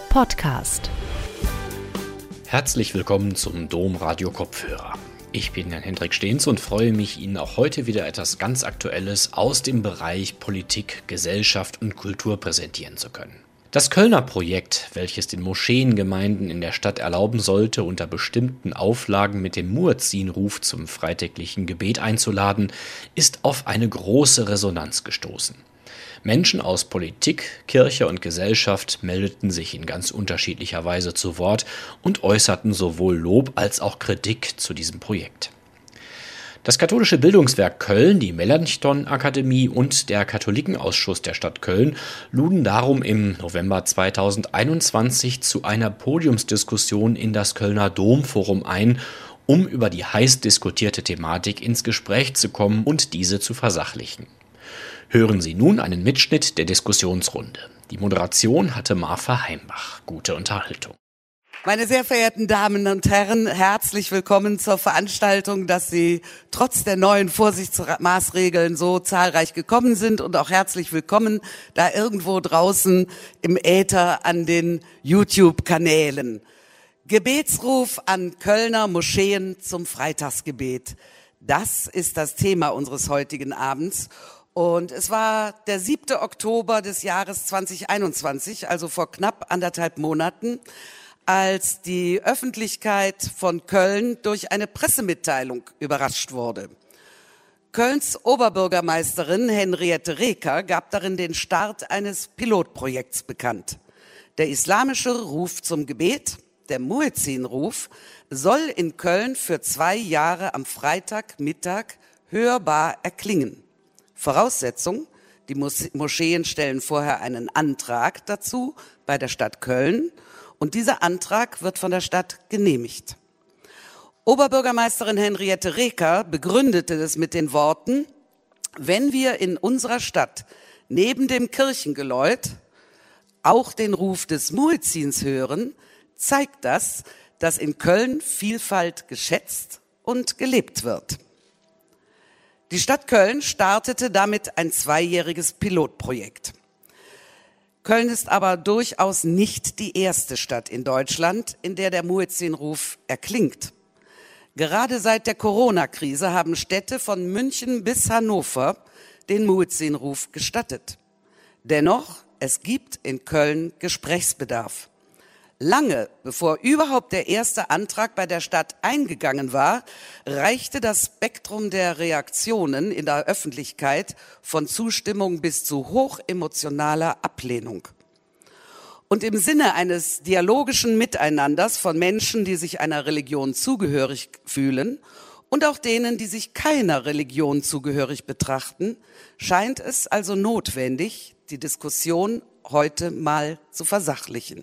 Podcast. Herzlich willkommen zum Domradio Kopfhörer. Ich bin Jan Hendrik Stehns und freue mich, Ihnen auch heute wieder etwas ganz Aktuelles aus dem Bereich Politik, Gesellschaft und Kultur präsentieren zu können. Das Kölner Projekt, welches den Moscheengemeinden in der Stadt erlauben sollte, unter bestimmten Auflagen mit dem Muezzinruf zum freitäglichen Gebet einzuladen, ist auf eine große Resonanz gestoßen. Menschen aus Politik, Kirche und Gesellschaft meldeten sich in ganz unterschiedlicher Weise zu Wort und äußerten sowohl Lob als auch Kritik zu diesem Projekt. Das katholische Bildungswerk Köln, die Melanchthon-Akademie und der Katholikenausschuss der Stadt Köln luden darum im November 2021 zu einer Podiumsdiskussion in das Kölner Domforum ein, um über die heiß diskutierte Thematik ins Gespräch zu kommen und diese zu versachlichen. Hören Sie nun einen Mitschnitt der Diskussionsrunde. Die Moderation hatte Marfa Heimbach. Gute Unterhaltung. Meine sehr verehrten Damen und Herren, herzlich willkommen zur Veranstaltung, dass Sie trotz der neuen Vorsichtsmaßregeln so zahlreich gekommen sind, und auch herzlich willkommen da irgendwo draußen im Äther an den YouTube-Kanälen. Gebetsruf an Kölner Moscheen zum Freitagsgebet. Das ist das Thema unseres heutigen Abends. Und es war der 7. Oktober des Jahres 2021, also vor knapp 1,5 Monaten, als die Öffentlichkeit von Köln durch eine Pressemitteilung überrascht wurde. Kölns Oberbürgermeisterin Henriette Reker gab darin den Start eines Pilotprojekts bekannt. Der islamische Ruf zum Gebet, der Muezzinruf, soll in Köln für 2 Jahre am Freitagmittag hörbar erklingen. Voraussetzung: die Moscheen stellen vorher einen Antrag dazu bei der Stadt Köln und dieser Antrag wird von der Stadt genehmigt. Oberbürgermeisterin Henriette Reker begründete es mit den Worten: Wenn wir in unserer Stadt neben dem Kirchengeläut auch den Ruf des Muezzins hören, zeigt das, dass in Köln Vielfalt geschätzt und gelebt wird. Die Stadt Köln startete damit ein 2-jähriges Pilotprojekt. Köln ist aber durchaus nicht die erste Stadt in Deutschland, in der der Muezzinruf erklingt. Gerade seit der Corona-Krise haben Städte von München bis Hannover den Muezzinruf gestattet. Dennoch, es gibt in Köln Gesprächsbedarf. Lange bevor überhaupt der erste Antrag bei der Stadt eingegangen war, reichte das Spektrum der Reaktionen in der Öffentlichkeit von Zustimmung bis zu hochemotionaler Ablehnung. Und im Sinne eines dialogischen Miteinanders von Menschen, die sich einer Religion zugehörig fühlen und auch denen, die sich keiner Religion zugehörig betrachten, scheint es also notwendig, die Diskussion heute mal zu versachlichen.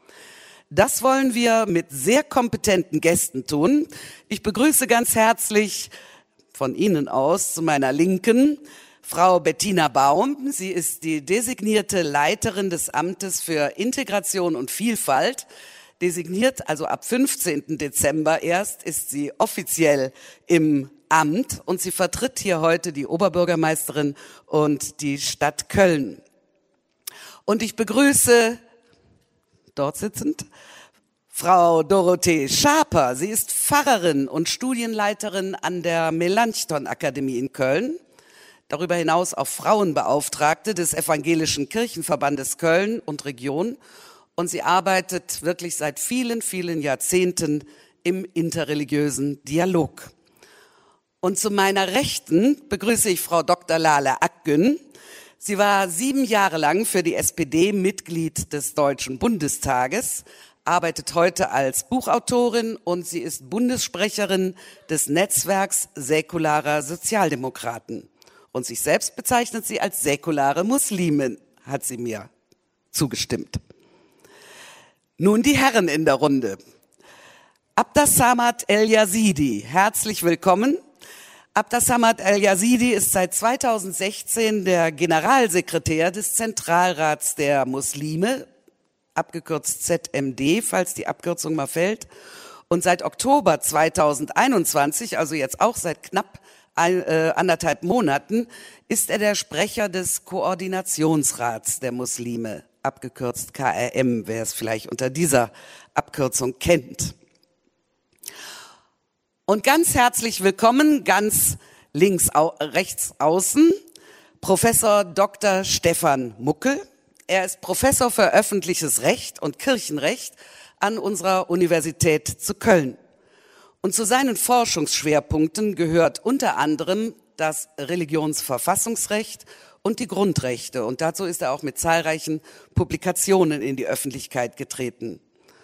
Das wollen wir mit sehr kompetenten Gästen tun. Ich begrüße ganz herzlich von Ihnen aus zu meiner Linken Frau Bettina Baum. Sie ist die designierte Leiterin des Amtes für Integration und Vielfalt. Designiert, also ab 15. Dezember erst, ist sie offiziell im Amt und sie vertritt hier heute die Oberbürgermeisterin und die Stadt Köln. Und ich begrüße dort sitzend Frau Dorothee Schaper. Sie ist Pfarrerin und Studienleiterin an der Melanchthon-Akademie in Köln. Darüber hinaus auch Frauenbeauftragte des Evangelischen Kirchenverbandes Köln und Region. Und sie arbeitet wirklich seit vielen, vielen Jahrzehnten im interreligiösen Dialog. Und zu meiner Rechten begrüße ich Frau Dr. Lale Akgün. Sie war 7 Jahre lang für die SPD Mitglied des Deutschen Bundestages, arbeitet heute als Buchautorin und sie ist Bundessprecherin des Netzwerks säkularer Sozialdemokraten. Und sich selbst bezeichnet sie als säkulare Muslimin, hat sie mir zugestimmt. Nun die Herren in der Runde. Abdas Samad El-Yazidi, herzlich willkommen. Abdas Samad El-Yazidi ist seit 2016 der Generalsekretär des Zentralrats der Muslime, abgekürzt ZMD, falls die Abkürzung mal fällt. Und seit Oktober 2021, also jetzt auch seit knapp 1,5 Monaten, ist er der Sprecher des Koordinationsrats der Muslime. abgekürzt KRM, wer es vielleicht unter dieser Abkürzung kennt. Und ganz herzlich willkommen, ganz rechts außen, Professor Dr. Stefan Muckel. Er ist Professor für öffentliches Recht und Kirchenrecht an unserer Universität zu Köln. Und zu seinen Forschungsschwerpunkten gehört unter anderem das Religionsverfassungsrecht und die Grundrechte. Und dazu ist er auch mit zahlreichen Publikationen in die Öffentlichkeit getreten.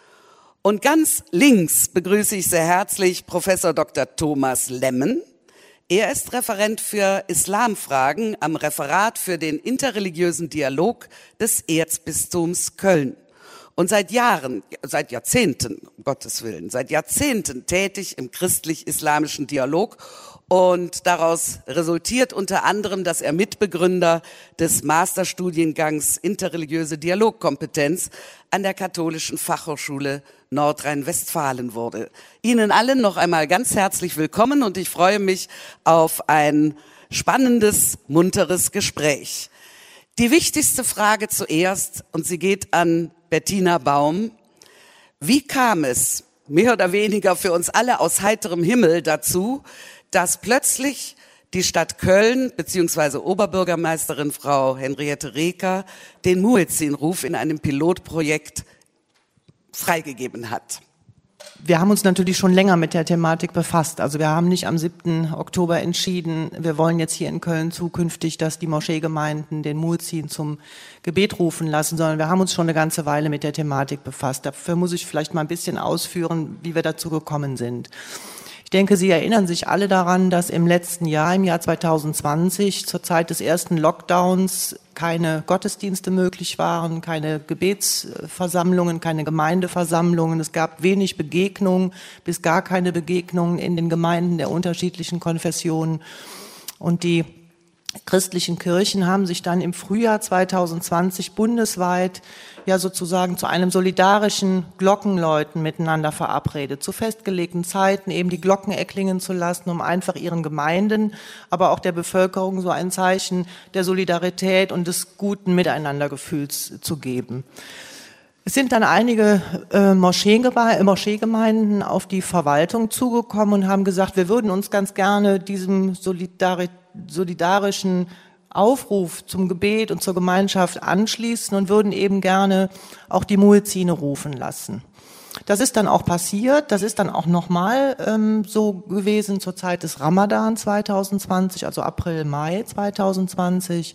Und ganz links begrüße ich sehr herzlich Professor Dr. Thomas Lemmen. Er ist Referent für Islamfragen am Referat für den interreligiösen Dialog des Erzbistums Köln. Und seit Jahrzehnten, um Gottes Willen, seit Jahrzehnten tätig im christlich-islamischen Dialog. Und daraus resultiert unter anderem, dass er Mitbegründer des Masterstudiengangs Interreligiöse Dialogkompetenz an der Katholischen Fachhochschule Nordrhein-Westfalen wurde. Ihnen allen noch einmal ganz herzlich willkommen und ich freue mich auf ein spannendes, munteres Gespräch. Die wichtigste Frage zuerst, und sie geht an Bettina Baum. Wie kam es, mehr oder weniger für uns alle aus heiterem Himmel, dazu, dass plötzlich die Stadt Köln bzw. Oberbürgermeisterin Frau Henriette Reker den Muezzin-Ruf in einem Pilotprojekt freigegeben hat? Wir haben uns natürlich schon länger mit der Thematik befasst. Also wir haben nicht am 7. Oktober entschieden, wir wollen jetzt hier in Köln zukünftig, dass die Moscheegemeinden den Muezzin zum Gebet rufen lassen, sondern wir haben uns schon eine ganze Weile mit der Thematik befasst. Dafür muss ich vielleicht mal ein bisschen ausführen, wie wir dazu gekommen sind. Ich denke, Sie erinnern sich alle daran, dass im letzten Jahr, im Jahr 2020, zur Zeit des ersten Lockdowns keine Gottesdienste möglich waren, keine Gebetsversammlungen, keine Gemeindeversammlungen. Es gab wenig Begegnungen, bis gar keine Begegnungen in den Gemeinden der unterschiedlichen Konfessionen. Und die christlichen Kirchen haben sich dann im Frühjahr 2020 bundesweit ja sozusagen zu einem solidarischen Glockenläuten miteinander verabredet, zu festgelegten Zeiten eben die Glocken erklingen zu lassen, um einfach ihren Gemeinden, aber auch der Bevölkerung so ein Zeichen der Solidarität und des guten Miteinandergefühls zu geben. Es sind dann einige Moscheegemeinden auf die Verwaltung zugekommen und haben gesagt, wir würden uns ganz gerne diesem solidarischen Aufruf zum Gebet und zur Gemeinschaft anschließen und würden eben gerne auch die Muezzine rufen lassen. Das ist dann auch passiert, das ist dann auch nochmal so gewesen zur Zeit des Ramadan 2020, also April, Mai 2020.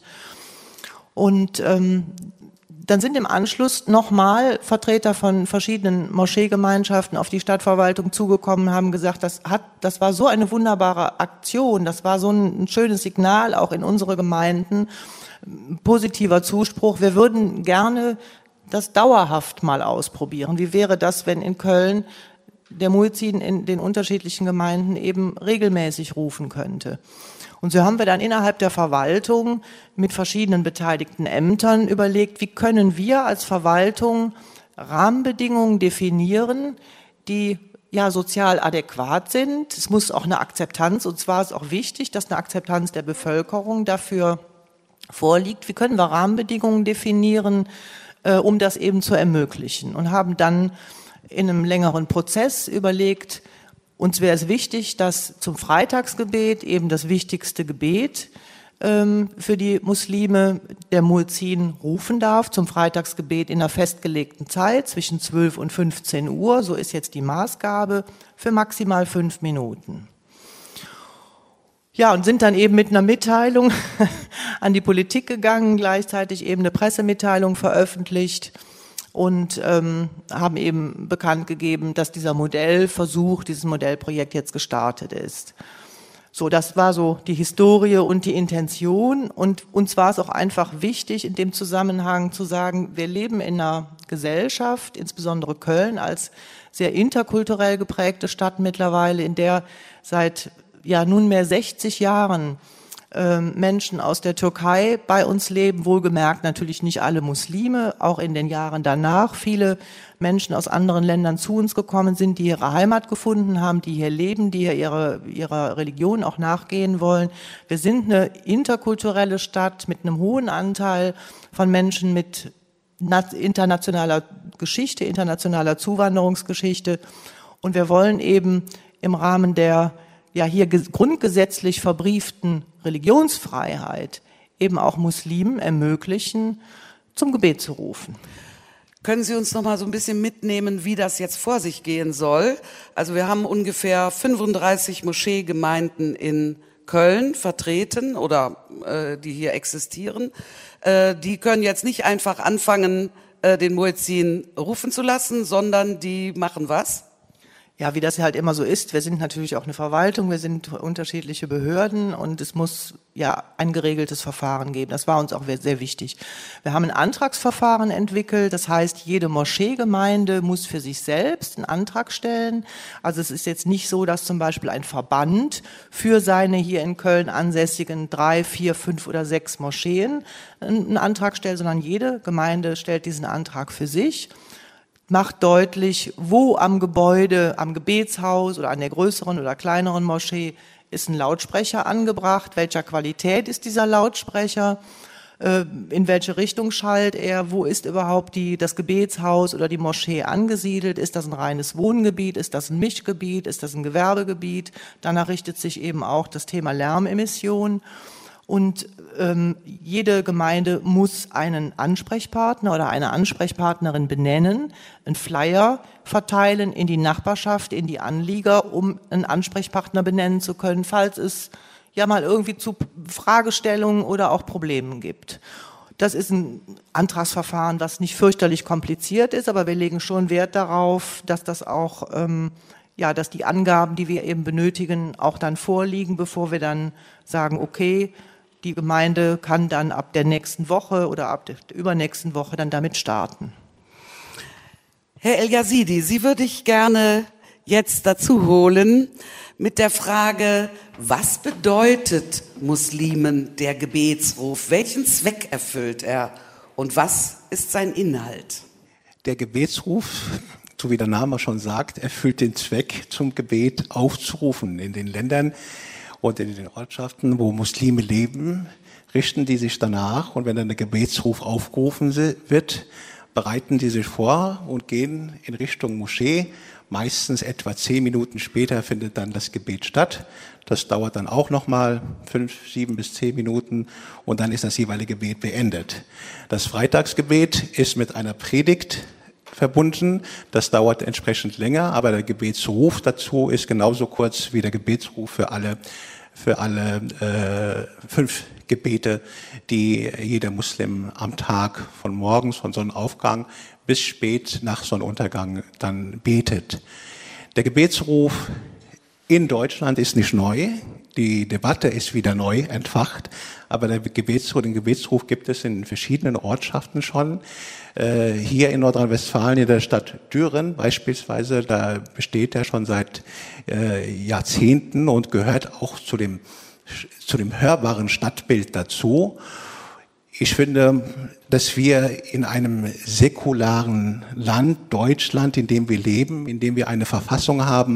Und dann sind im Anschluss nochmal Vertreter von verschiedenen Moscheegemeinschaften auf die Stadtverwaltung zugekommen, haben gesagt, das war so eine wunderbare Aktion, das war so ein schönes Signal auch in unsere Gemeinden, positiver Zuspruch. Wir würden gerne das dauerhaft mal ausprobieren. Wie wäre das, wenn in Köln der Muezzin in den unterschiedlichen Gemeinden eben regelmäßig rufen könnte? Und so haben wir dann innerhalb der Verwaltung mit verschiedenen beteiligten Ämtern überlegt, wie können wir als Verwaltung Rahmenbedingungen definieren, die ja sozial adäquat sind. Es muss auch eine Akzeptanz, und zwar ist auch wichtig, dass eine Akzeptanz der Bevölkerung dafür vorliegt. Wie können wir Rahmenbedingungen definieren, um das eben zu ermöglichen? Und haben dann in einem längeren Prozess überlegt, uns wäre es wichtig, dass zum Freitagsgebet, eben das wichtigste Gebet für die Muslime, der Muezzin rufen darf, zum Freitagsgebet in einer festgelegten Zeit zwischen 12 und 15 Uhr, so ist jetzt die Maßgabe, für maximal 5 Minuten. Ja, und sind dann eben mit einer Mitteilung an die Politik gegangen, gleichzeitig eben eine Pressemitteilung veröffentlicht, und haben eben bekannt gegeben, dass dieses Modellprojekt jetzt gestartet ist. So, das war so die Historie und die Intention, und uns war es auch einfach wichtig, in dem Zusammenhang zu sagen, wir leben in einer Gesellschaft, insbesondere Köln als sehr interkulturell geprägte Stadt mittlerweile, in der seit nunmehr 60 Jahren Menschen aus der Türkei bei uns leben, wohlgemerkt natürlich nicht alle Muslime, auch in den Jahren danach viele Menschen aus anderen Ländern zu uns gekommen sind, die ihre Heimat gefunden haben, die hier leben, die hier ihrer Religion auch nachgehen wollen. Wir sind eine interkulturelle Stadt mit einem hohen Anteil von Menschen mit internationaler Geschichte, internationaler Zuwanderungsgeschichte. Und wir wollen eben im Rahmen der hier grundgesetzlich verbrieften Religionsfreiheit eben auch Muslimen ermöglichen, zum Gebet zu rufen. Können Sie uns noch mal so ein bisschen mitnehmen, wie das jetzt vor sich gehen soll? Also wir haben ungefähr 35 Moscheegemeinden in Köln vertreten oder die hier existieren. Die können jetzt nicht einfach anfangen, den Muezzin rufen zu lassen, sondern die machen was? Ja, wie das halt immer so ist. Wir sind natürlich auch eine Verwaltung, wir sind unterschiedliche Behörden und es muss ein geregeltes Verfahren geben. Das war uns auch sehr wichtig. Wir haben ein Antragsverfahren entwickelt. Das heißt, jede Moscheegemeinde muss für sich selbst einen Antrag stellen. Also es ist jetzt nicht so, dass zum Beispiel ein Verband für seine hier in Köln ansässigen 3, 4, 5 oder 6 Moscheen einen Antrag stellt, sondern jede Gemeinde stellt diesen Antrag für sich. Macht deutlich, wo am Gebäude, am Gebetshaus oder an der größeren oder kleineren Moschee ist ein Lautsprecher angebracht, welcher Qualität ist dieser Lautsprecher, in welche Richtung schallt er, wo ist überhaupt das Gebetshaus oder die Moschee angesiedelt, ist das ein reines Wohngebiet, ist das ein Mischgebiet, ist das ein Gewerbegebiet, danach richtet sich eben auch das Thema Lärmemission. Und jede Gemeinde muss einen Ansprechpartner oder eine Ansprechpartnerin benennen, einen Flyer verteilen in die Nachbarschaft, in die Anlieger, um einen Ansprechpartner benennen zu können, falls es mal irgendwie zu Fragestellungen oder auch Problemen gibt. Das ist ein Antragsverfahren, was nicht fürchterlich kompliziert ist, aber wir legen schon Wert darauf, dass das auch dass die Angaben, die wir eben benötigen, auch dann vorliegen, bevor wir dann sagen, okay, die Gemeinde kann dann ab der nächsten Woche oder ab der übernächsten Woche dann damit starten. Herr El-Yazidi, Sie würde ich gerne jetzt dazu holen mit der Frage, was bedeutet Muslimen der Gebetsruf? Welchen Zweck erfüllt er und was ist sein Inhalt? Der Gebetsruf, so wie der Name schon sagt, erfüllt den Zweck, zum Gebet aufzurufen. In den Ländern und in den Ortschaften, wo Muslime leben, richten die sich danach. Und wenn dann der Gebetsruf aufgerufen wird, bereiten die sich vor und gehen in Richtung Moschee. Meistens etwa 10 Minuten später findet dann das Gebet statt. Das dauert dann auch nochmal 5, 7 bis 10 Minuten und dann ist das jeweilige Gebet beendet. Das Freitagsgebet ist mit einer Predigt verbunden. Das dauert entsprechend länger, aber der Gebetsruf dazu ist genauso kurz wie der Gebetsruf für alle 5 Gebete, die jeder Muslim am Tag von morgens, von Sonnenaufgang bis spät nach Sonnenuntergang dann betet. Der Gebetsruf in Deutschland ist nicht neu. Die Debatte ist wieder neu entfacht, aber den Gebetsruf gibt es in verschiedenen Ortschaften schon. Hier in Nordrhein-Westfalen, in der Stadt Düren beispielsweise, da besteht er schon seit Jahrzehnten und gehört auch zu dem hörbaren Stadtbild dazu. Ich finde, dass wir in einem säkularen Land, Deutschland, in dem wir leben, in dem wir eine Verfassung haben,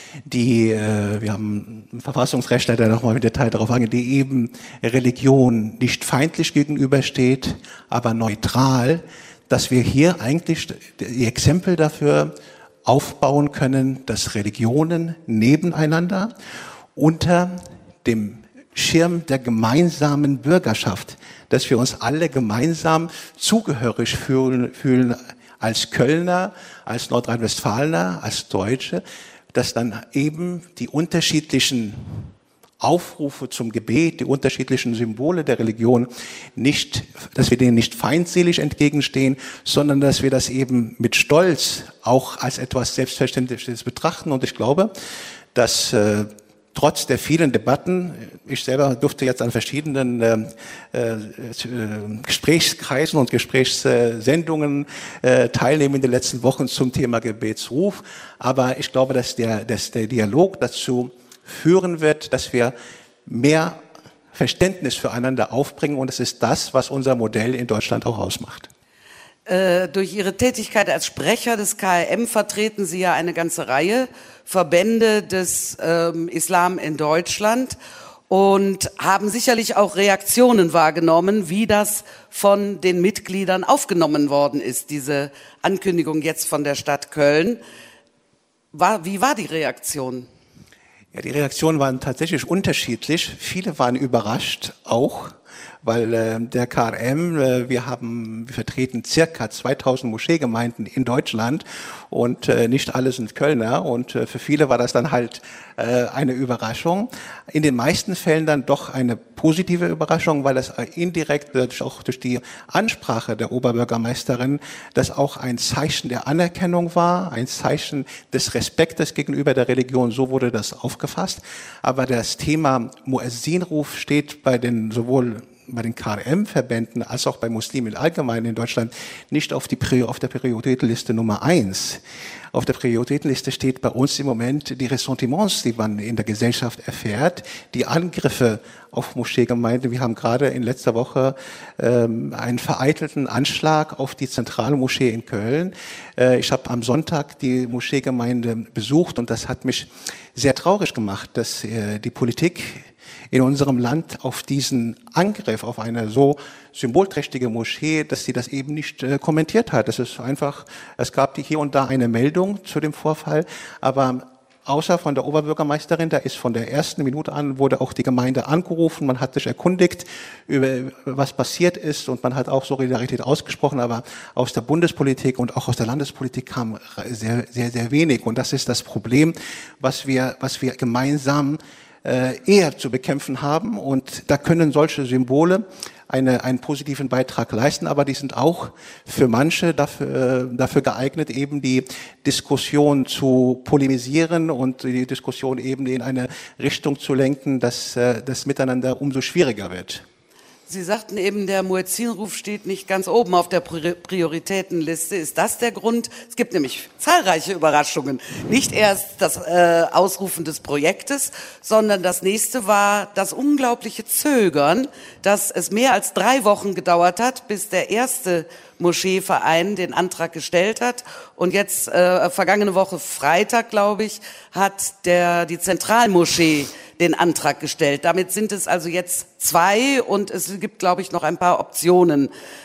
wir haben einen Verfassungsrechtler, der nochmal im Detail darauf eingeht, die eben Religion nicht feindlich gegenübersteht, aber neutral, dass wir hier eigentlich die Exempel dafür aufbauen können, dass Religionen nebeneinander unter dem Schirm der gemeinsamen Bürgerschaft, dass wir uns alle gemeinsam zugehörig fühlen als Kölner, als Nordrhein-Westfalener, als Deutsche, dass dann eben die unterschiedlichen Aufrufe zum Gebet, die unterschiedlichen Symbole der Religion dass wir denen nicht feindselig entgegenstehen, sondern dass wir das eben mit Stolz auch als etwas Selbstverständliches betrachten. Und ich glaube, dass trotz der vielen Debatten, ich selber durfte jetzt an verschiedenen Gesprächskreisen und Gesprächssendungen teilnehmen in den letzten Wochen zum Thema Gebetsruf, aber ich glaube, dass der Dialog dazu führen wird, dass wir mehr Verständnis füreinander aufbringen und es ist das, was unser Modell in Deutschland auch ausmacht. Durch Ihre Tätigkeit als Sprecher des KRM vertreten Sie ja eine ganze Reihe Verbände des Islam in Deutschland. und haben sicherlich auch Reaktionen wahrgenommen, wie das von den Mitgliedern aufgenommen worden ist, diese Ankündigung jetzt von der Stadt Köln. Wie war die Reaktion? Ja, die Reaktionen waren tatsächlich unterschiedlich. Viele waren überrascht auch, weil der KRM, wir vertreten circa 2000 Moscheegemeinden in Deutschland und nicht alle sind Kölner und für viele war das dann halt eine Überraschung. In den meisten Fällen dann doch eine positive Überraschung, weil das indirekt auch durch die Ansprache der Oberbürgermeisterin das auch ein Zeichen der Anerkennung war, ein Zeichen des Respektes gegenüber der Religion, so wurde das aufgefasst. Aber das Thema Muezzinruf steht sowohl bei den KRM-Verbänden als auch bei Muslimen allgemein in Deutschland nicht auf der Prioritätenliste Nummer 1. Auf der Prioritätenliste steht bei uns im Moment die Ressentiments, die man in der Gesellschaft erfährt, die Angriffe auf Moscheegemeinden. Wir haben gerade in letzter Woche einen vereitelten Anschlag auf die Zentralmoschee in Köln. Ich habe am Sonntag die Moscheegemeinde besucht und das hat mich sehr traurig gemacht, dass die Politik in unserem Land auf diesen Angriff auf eine so symbolträchtige Moschee, dass sie das eben nicht kommentiert hat. Es gab hier und da eine Meldung zu dem Vorfall, aber außer von der Oberbürgermeisterin, da ist von der ersten Minute an, wurde auch die Gemeinde angerufen, man hat sich erkundigt, über was passiert ist und man hat auch Solidarität ausgesprochen, aber aus der Bundespolitik und auch aus der Landespolitik kam sehr, sehr, sehr wenig und das ist das Problem, was wir gemeinsam eher zu bekämpfen haben und da können solche Symbole einen positiven Beitrag leisten, aber die sind auch für manche dafür geeignet, eben die Diskussion zu polemisieren und die Diskussion eben in eine Richtung zu lenken, dass das Miteinander umso schwieriger wird. Sie sagten eben, der Muezzinruf steht nicht ganz oben auf der Prioritätenliste. Ist das der Grund? Es gibt nämlich zahlreiche Überraschungen. Nicht erst das Ausrufen des Projektes, sondern das nächste war das unglaubliche Zögern, dass es mehr als 3 Wochen gedauert hat, bis der erste Moscheeverein den Antrag gestellt hat. Und jetzt, vergangene Woche Freitag, glaube ich, hat die Zentralmoschee den Antrag gestellt. Damit sind es also jetzt 2 und es gibt, glaube ich, noch ein paar Optionen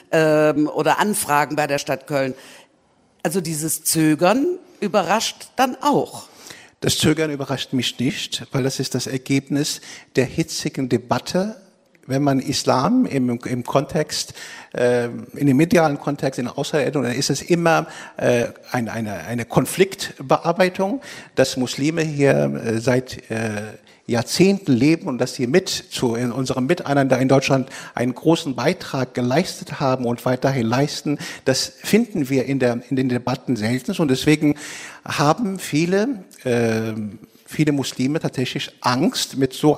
oder Anfragen bei der Stadt Köln. Also dieses Zögern überrascht dann auch. Das Zögern überrascht mich nicht, weil das ist das Ergebnis der hitzigen Debatte, wenn man Islam im Kontext, in dem medialen Kontext, in der Außenwelt, dann ist es immer eine Konfliktbearbeitung, dass Muslime hier seit Jahrzehnten leben und dass sie in unserem Miteinander in Deutschland einen großen Beitrag geleistet haben und weiterhin leisten. Das finden wir in den Debatten selten und deswegen haben viele Muslime tatsächlich Angst mit so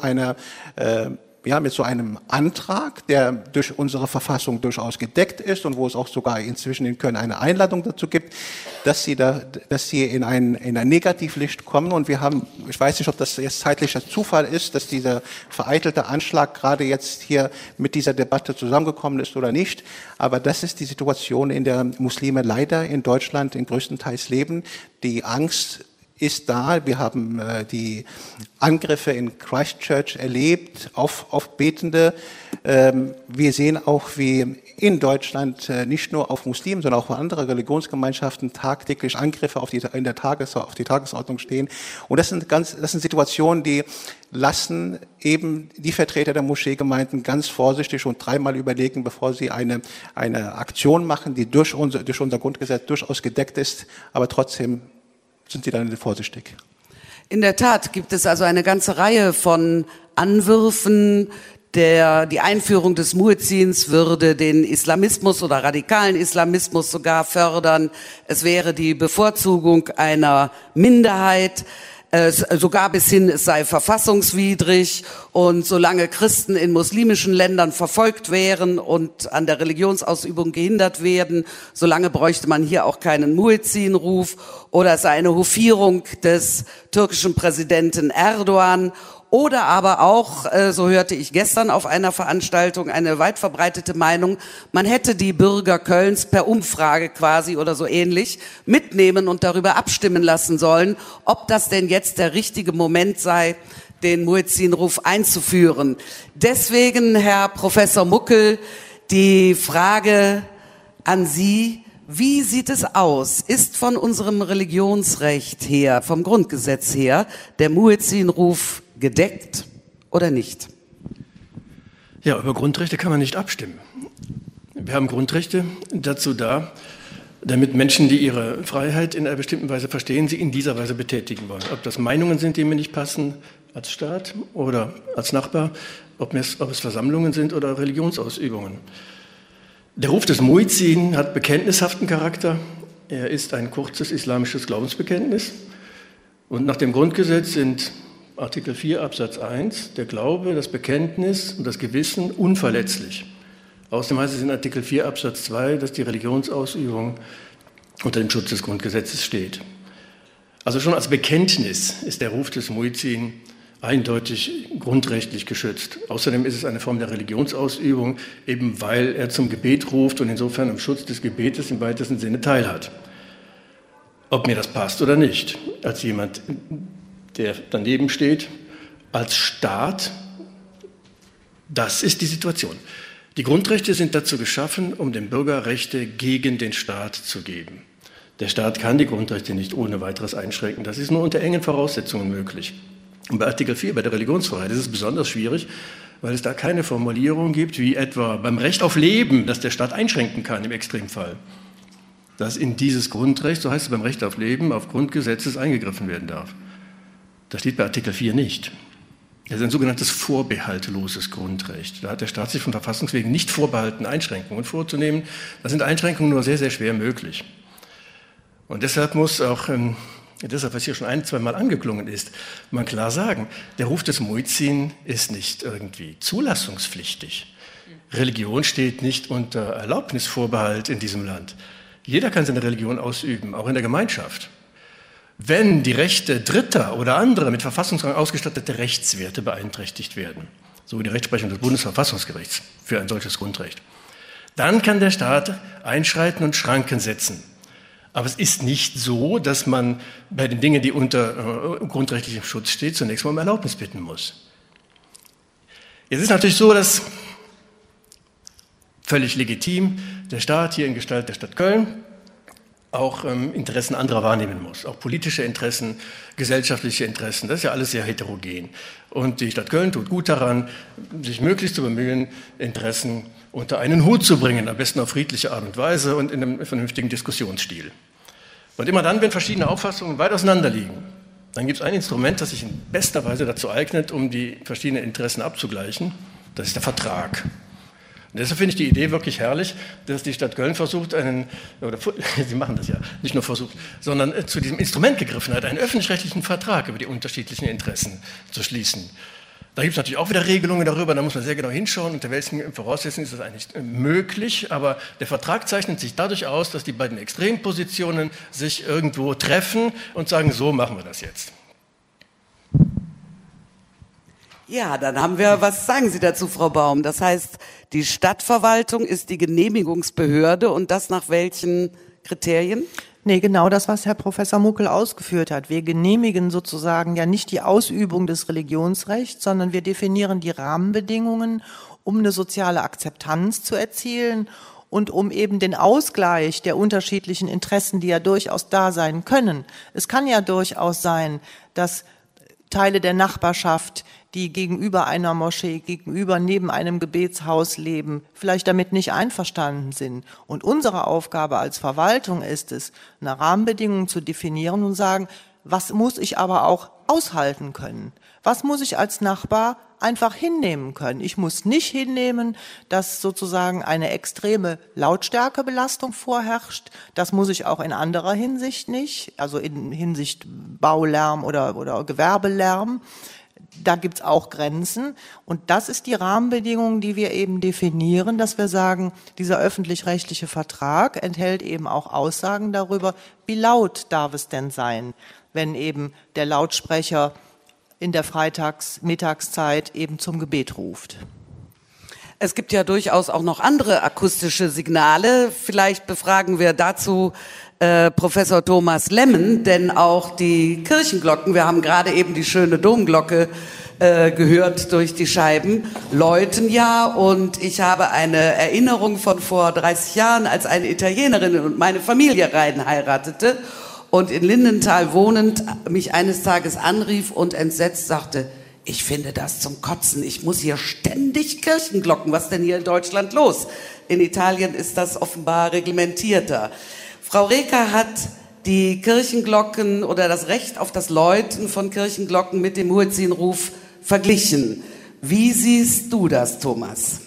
einem Antrag, der durch unsere Verfassung durchaus gedeckt ist und wo es auch sogar inzwischen in Köln eine Einladung dazu gibt, dass sie in ein Negativlicht kommen. Und ich weiß nicht, ob das jetzt zeitlicher Zufall ist, dass dieser vereitelte Anschlag gerade jetzt hier mit dieser Debatte zusammengekommen ist oder nicht. Aber das ist die Situation, in der Muslime leider in Deutschland größtenteils leben. Die Angst ist da. Wir haben die Angriffe in Christchurch erlebt auf Betende. Wir sehen auch, wie in Deutschland nicht nur auf Muslimen, sondern auch auf andere Religionsgemeinschaften tagtäglich Angriffe auf die Tagesordnung stehen. Und das sind Situationen, die lassen eben die Vertreter der Moscheegemeinden ganz vorsichtig und 3-mal überlegen, bevor sie eine Aktion machen, die durch unser Grundgesetz durchaus gedeckt ist, aber trotzdem sind sie dann vorsichtig. In der Tat gibt es also eine ganze Reihe von Anwürfen. Die Einführung des Muezzins würde den Islamismus oder radikalen Islamismus sogar fördern. Es wäre die Bevorzugung einer Minderheit. Sogar bis hin, es sei verfassungswidrig und solange Christen in muslimischen Ländern verfolgt wären und an der Religionsausübung gehindert werden, solange bräuchte man hier auch keinen Muezzinruf oder es sei eine Hofierung des türkischen Präsidenten Erdogan. Oder aber auch, so hörte ich gestern auf einer Veranstaltung, eine weit verbreitete Meinung, man hätte die Bürger Kölns per Umfrage quasi oder so ähnlich mitnehmen und darüber abstimmen lassen sollen, ob das denn jetzt der richtige Moment sei, den Muezzinruf einzuführen. Deswegen, Herr Professor Muckel, die Frage an Sie: Wie sieht es aus? Ist von unserem Religionsrecht her, vom Grundgesetz her, der Muezzinruf gedeckt oder nicht? Ja, über Grundrechte kann man nicht abstimmen. Wir haben Grundrechte dazu da, damit Menschen, die ihre Freiheit in einer bestimmten Weise verstehen, sie in dieser Weise betätigen wollen. Ob das Meinungen sind, die mir nicht passen als Staat oder als Nachbar, ob es Versammlungen sind oder Religionsausübungen. Der Ruf des Muezzin hat bekenntnishaften Charakter. Er ist ein kurzes islamisches Glaubensbekenntnis. Und nach dem Grundgesetz sind Artikel 4 Absatz 1 der Glaube, das Bekenntnis und das Gewissen unverletzlich. Außerdem heißt es in Artikel 4 Absatz 2, dass die Religionsausübung unter dem Schutz des Grundgesetzes steht. Also schon als Bekenntnis ist der Ruf des Muezzin eindeutig grundrechtlich geschützt. Außerdem ist es eine Form der Religionsausübung, eben weil er zum Gebet ruft und insofern am Schutz des Gebetes im weitesten Sinne teilhat. Ob mir das passt oder nicht, als jemand, der daneben steht, als Staat, das ist die Situation. Die Grundrechte sind dazu geschaffen, um dem Bürger Rechte gegen den Staat zu geben. Der Staat kann die Grundrechte nicht ohne weiteres einschränken. Das ist nur unter engen Voraussetzungen möglich. Und bei Artikel 4, bei der Religionsfreiheit, ist es besonders schwierig, weil es da keine Formulierung gibt, wie etwa beim Recht auf Leben, das der Staat einschränken kann im Extremfall. Dass in dieses Grundrecht, so heißt es beim Recht auf Leben, aufgrund Gesetzes eingegriffen werden darf. Das steht bei Artikel 4 nicht. Das ist ein sogenanntes vorbehaltloses Grundrecht. Da hat der Staat sich von Verfassungswegen nicht vorbehalten, Einschränkungen vorzunehmen. Da sind Einschränkungen nur sehr, sehr schwer möglich. Und deshalb muss auch, was hier schon ein-, zweimal angeklungen ist, man klar sagen, der Ruf des Muezzin ist nicht irgendwie zulassungspflichtig. Religion steht nicht unter Erlaubnisvorbehalt in diesem Land. Jeder kann seine Religion ausüben, auch in der Gemeinschaft. Wenn die Rechte Dritter oder anderer mit Verfassungsrang ausgestattete Rechtswerte beeinträchtigt werden, so wie die Rechtsprechung des Bundesverfassungsgerichts für ein solches Grundrecht, dann kann der Staat einschreiten und Schranken setzen. Aber es ist nicht so, dass man bei den Dingen, die unter grundrechtlichem Schutz stehen, zunächst mal um Erlaubnis bitten muss. Jetzt ist natürlich so, dass völlig legitim der Staat hier in Gestalt der Stadt Köln auch Interessen anderer wahrnehmen muss, auch politische Interessen, gesellschaftliche Interessen, das ist ja alles sehr heterogen. Und die Stadt Köln tut gut daran, sich möglichst zu bemühen, Interessen unter einen Hut zu bringen, am besten auf friedliche Art und Weise und in einem vernünftigen Diskussionsstil. Und immer dann, wenn verschiedene Auffassungen weit auseinander liegen, dann gibt es ein Instrument, das sich in bester Weise dazu eignet, um die verschiedenen Interessen abzugleichen, das ist der Vertrag. Und deshalb finde ich die Idee wirklich herrlich, dass die Stadt Köln versucht, sie machen das ja, nicht nur versucht, sondern zu diesem Instrument gegriffen hat, einen öffentlich-rechtlichen Vertrag über die unterschiedlichen Interessen zu schließen. Da gibt es natürlich auch wieder Regelungen darüber, da muss man sehr genau hinschauen, unter welchen Voraussetzungen ist das eigentlich möglich, aber der Vertrag zeichnet sich dadurch aus, dass die beiden Extrempositionen sich irgendwo treffen und sagen, so machen wir das jetzt. Ja, dann haben wir, was sagen Sie dazu, Frau Baum? Das heißt, die Stadtverwaltung ist die Genehmigungsbehörde und das nach welchen Kriterien? Nee, genau das, was Herr Professor Muckel ausgeführt hat. Wir genehmigen sozusagen ja nicht die Ausübung des Religionsrechts, sondern wir definieren die Rahmenbedingungen, um eine soziale Akzeptanz zu erzielen und um eben den Ausgleich der unterschiedlichen Interessen, die ja durchaus da sein können. Es kann ja durchaus sein, dass Teile der Nachbarschaft, die gegenüber einer Moschee, gegenüber neben einem Gebetshaus leben, vielleicht damit nicht einverstanden sind. Und unsere Aufgabe als Verwaltung ist es, eine Rahmenbedingung zu definieren und sagen, was muss ich aber auch aushalten können? Was muss ich als Nachbar einfach hinnehmen können? Ich muss nicht hinnehmen, dass sozusagen eine extreme Lautstärkebelastung vorherrscht. Das muss ich auch in anderer Hinsicht nicht, also in Hinsicht Baulärm oder Gewerbelärm. Da gibt's auch Grenzen. Und das ist die Rahmenbedingung, die wir eben definieren, dass wir sagen, dieser öffentlich-rechtliche Vertrag enthält eben auch Aussagen darüber, wie laut darf es denn sein, wenn eben der Lautsprecher in der Mittagszeit eben zum Gebet ruft. Es gibt ja durchaus auch noch andere akustische Signale. Vielleicht befragen wir dazu Professor Thomas Lemmen, denn auch die Kirchenglocken, wir haben gerade eben die schöne Domglocke gehört durch die Scheiben, läuten ja. Und ich habe eine Erinnerung von vor 30 Jahren, als eine Italienerin und meine Familie rein heiratete und in Lindenthal wohnend mich eines Tages anrief und entsetzt sagte, ich finde das zum Kotzen, ich muss hier ständig Kirchenglocken, was denn hier in Deutschland los? In Italien ist das offenbar reglementierter. Frau Reker hat die Kirchenglocken oder das Recht auf das Läuten von Kirchenglocken mit dem Muezzinruf verglichen. Wie siehst du das, Thomas?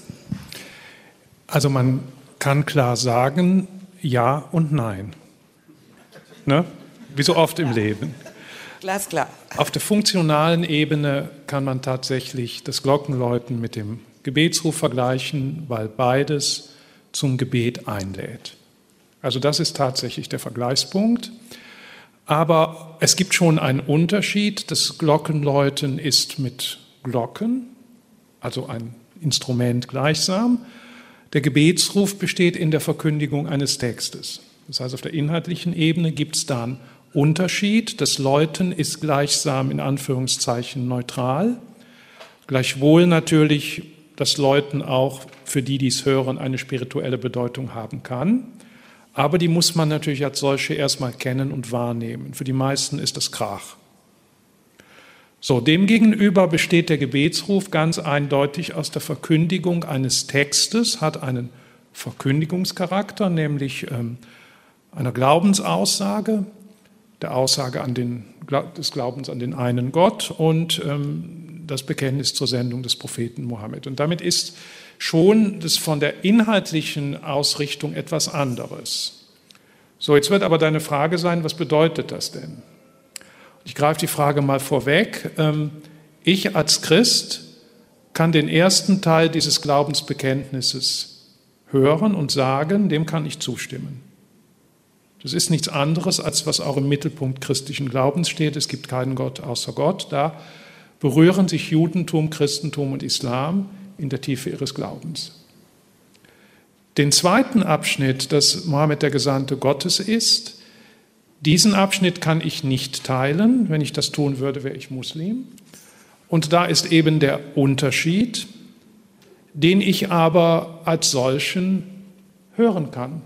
Also man kann klar sagen, ja und nein. Ne? Wie so oft im Leben. Glasklar. Auf der funktionalen Ebene kann man tatsächlich das Glockenläuten mit dem Gebetsruf vergleichen, weil beides zum Gebet einlädt. Also das ist tatsächlich der Vergleichspunkt. Aber es gibt schon einen Unterschied. Das Glockenläuten ist mit Glocken, also ein Instrument gleichsam. Der Gebetsruf besteht in der Verkündigung eines Textes. Das heißt, auf der inhaltlichen Ebene gibt es da einen Unterschied. Das Läuten ist gleichsam in Anführungszeichen neutral. Gleichwohl natürlich das Läuten auch für die, die es hören, eine spirituelle Bedeutung haben kann. Aber die muss man natürlich als solche erstmal kennen und wahrnehmen. Für die meisten ist das Krach. So, demgegenüber besteht der Gebetsruf ganz eindeutig aus der Verkündigung eines Textes, hat einen Verkündigungscharakter, nämlich einer Glaubensaussage, der Aussage des Glaubens an den einen Gott und das Bekenntnis zur Sendung des Propheten Mohammed. Und damit ist schon das von der inhaltlichen Ausrichtung etwas anderes. So, jetzt wird aber deine Frage sein, was bedeutet das denn? Ich greife die Frage mal vorweg. Ich als Christ kann den ersten Teil dieses Glaubensbekenntnisses hören und sagen, dem kann ich zustimmen. Das ist nichts anderes, als was auch im Mittelpunkt christlichen Glaubens steht. Es gibt keinen Gott außer Gott. Da berühren sich Judentum, Christentum und Islam in der Tiefe ihres Glaubens. Den zweiten Abschnitt, dass Mohammed der Gesandte Gottes ist, diesen Abschnitt kann ich nicht teilen. Wenn ich das tun würde, wäre ich Muslim. Und da ist eben der Unterschied, den ich aber als solchen hören kann.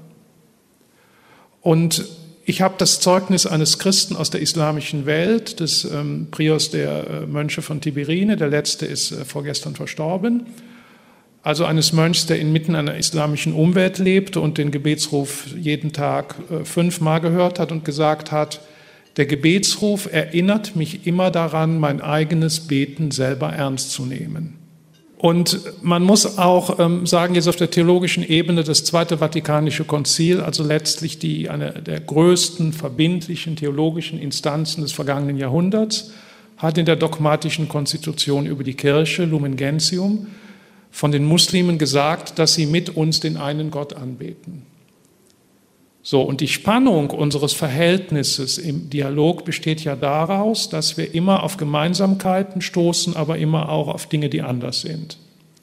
Und ich habe das Zeugnis eines Christen aus der islamischen Welt, des Priors der Mönche von Tiberine, der letzte ist vorgestern verstorben, also eines Mönchs, der inmitten einer islamischen Umwelt lebte und den Gebetsruf jeden Tag 5-mal gehört hat und gesagt hat, der Gebetsruf erinnert mich immer daran, mein eigenes Beten selber ernst zu nehmen. Und man muss auch sagen, jetzt auf der theologischen Ebene, das Zweite Vatikanische Konzil, also letztlich eine der größten verbindlichen theologischen Instanzen des vergangenen Jahrhunderts, hat in der dogmatischen Konstitution über die Kirche, Lumen Gentium, von den Muslimen gesagt, dass sie mit uns den einen Gott anbeten. So, und die Spannung unseres Verhältnisses im Dialog besteht ja daraus, dass wir immer auf Gemeinsamkeiten stoßen, aber immer auch auf Dinge, die anders sind.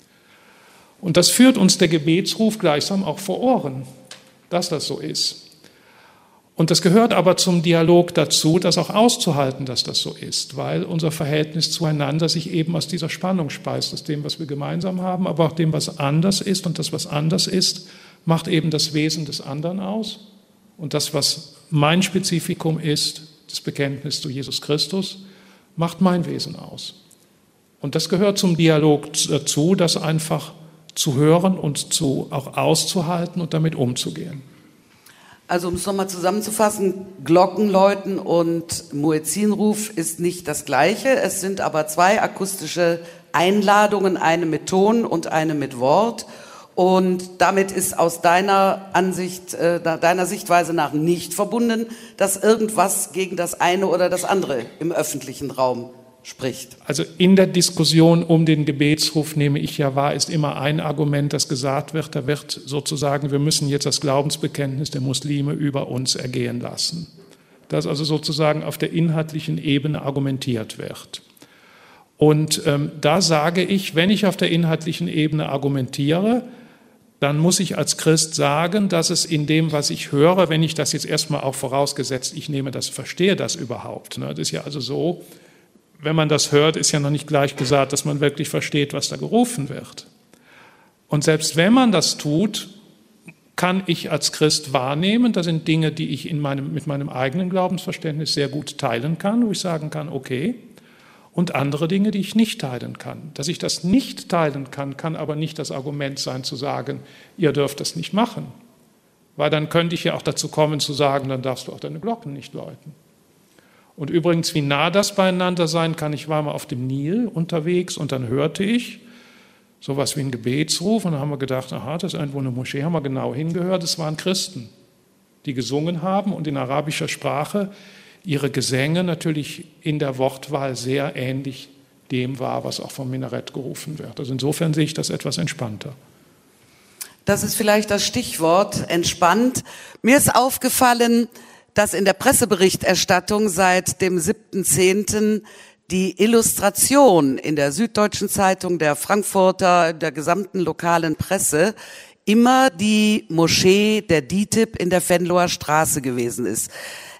Und das führt uns der Gebetsruf gleichsam auch vor Ohren, dass das so ist. Und das gehört aber zum Dialog dazu, das auch auszuhalten, dass das so ist, weil unser Verhältnis zueinander sich eben aus dieser Spannung speist, aus dem, was wir gemeinsam haben, aber auch dem, was anders ist. Und das, was anders ist, macht eben das Wesen des anderen aus. Und das, was mein Spezifikum ist, das Bekenntnis zu Jesus Christus, macht mein Wesen aus. Und das gehört zum Dialog dazu, das einfach zu hören und auch auszuhalten und damit umzugehen. Also um es nochmal zusammenzufassen, Glockenläuten und Muezzinruf ist nicht das Gleiche. Es sind aber zwei akustische Einladungen, eine mit Ton und eine mit Wort. Und damit ist aus deiner Ansicht, deiner Sichtweise nach nicht verbunden, dass irgendwas gegen das eine oder das andere im öffentlichen Raum spricht. Also in der Diskussion um den Gebetsruf, nehme ich ja wahr, ist immer ein Argument, das gesagt wird. Da wird sozusagen, wir müssen jetzt das Glaubensbekenntnis der Muslime über uns ergehen lassen. Dass also sozusagen auf der inhaltlichen Ebene argumentiert wird. Und da sage ich, wenn ich auf der inhaltlichen Ebene argumentiere, dann muss ich als Christ sagen, dass es in dem, was ich höre, wenn ich das jetzt erstmal auch vorausgesetzt, ich verstehe das überhaupt. Das ist ja also so, wenn man das hört, ist ja noch nicht gleich gesagt, dass man wirklich versteht, was da gerufen wird. Und selbst wenn man das tut, kann ich als Christ wahrnehmen, das sind Dinge, die ich mit meinem eigenen Glaubensverständnis sehr gut teilen kann, wo ich sagen kann, okay, und andere Dinge, die ich nicht teilen kann. Dass ich das nicht teilen kann, kann aber nicht das Argument sein, zu sagen, ihr dürft das nicht machen. Weil dann könnte ich ja auch dazu kommen, zu sagen, dann darfst du auch deine Glocken nicht läuten. Und übrigens, wie nah das beieinander sein kann, ich war mal auf dem Nil unterwegs und dann hörte ich sowas wie ein Gebetsruf und dann haben wir gedacht, aha, das ist irgendwo eine Moschee, haben wir genau hingehört, es waren Christen, die gesungen haben und in arabischer Sprache ihre Gesänge natürlich in der Wortwahl sehr ähnlich dem war, was auch vom Minarett gerufen wird. Also insofern sehe ich das etwas entspannter. Das ist vielleicht das Stichwort, entspannt. Mir ist aufgefallen, dass in der Presseberichterstattung seit dem 7.10. die Illustration in der Süddeutschen Zeitung, der Frankfurter, der gesamten lokalen Presse immer die Moschee der DİTİB in der Venloer Straße gewesen ist.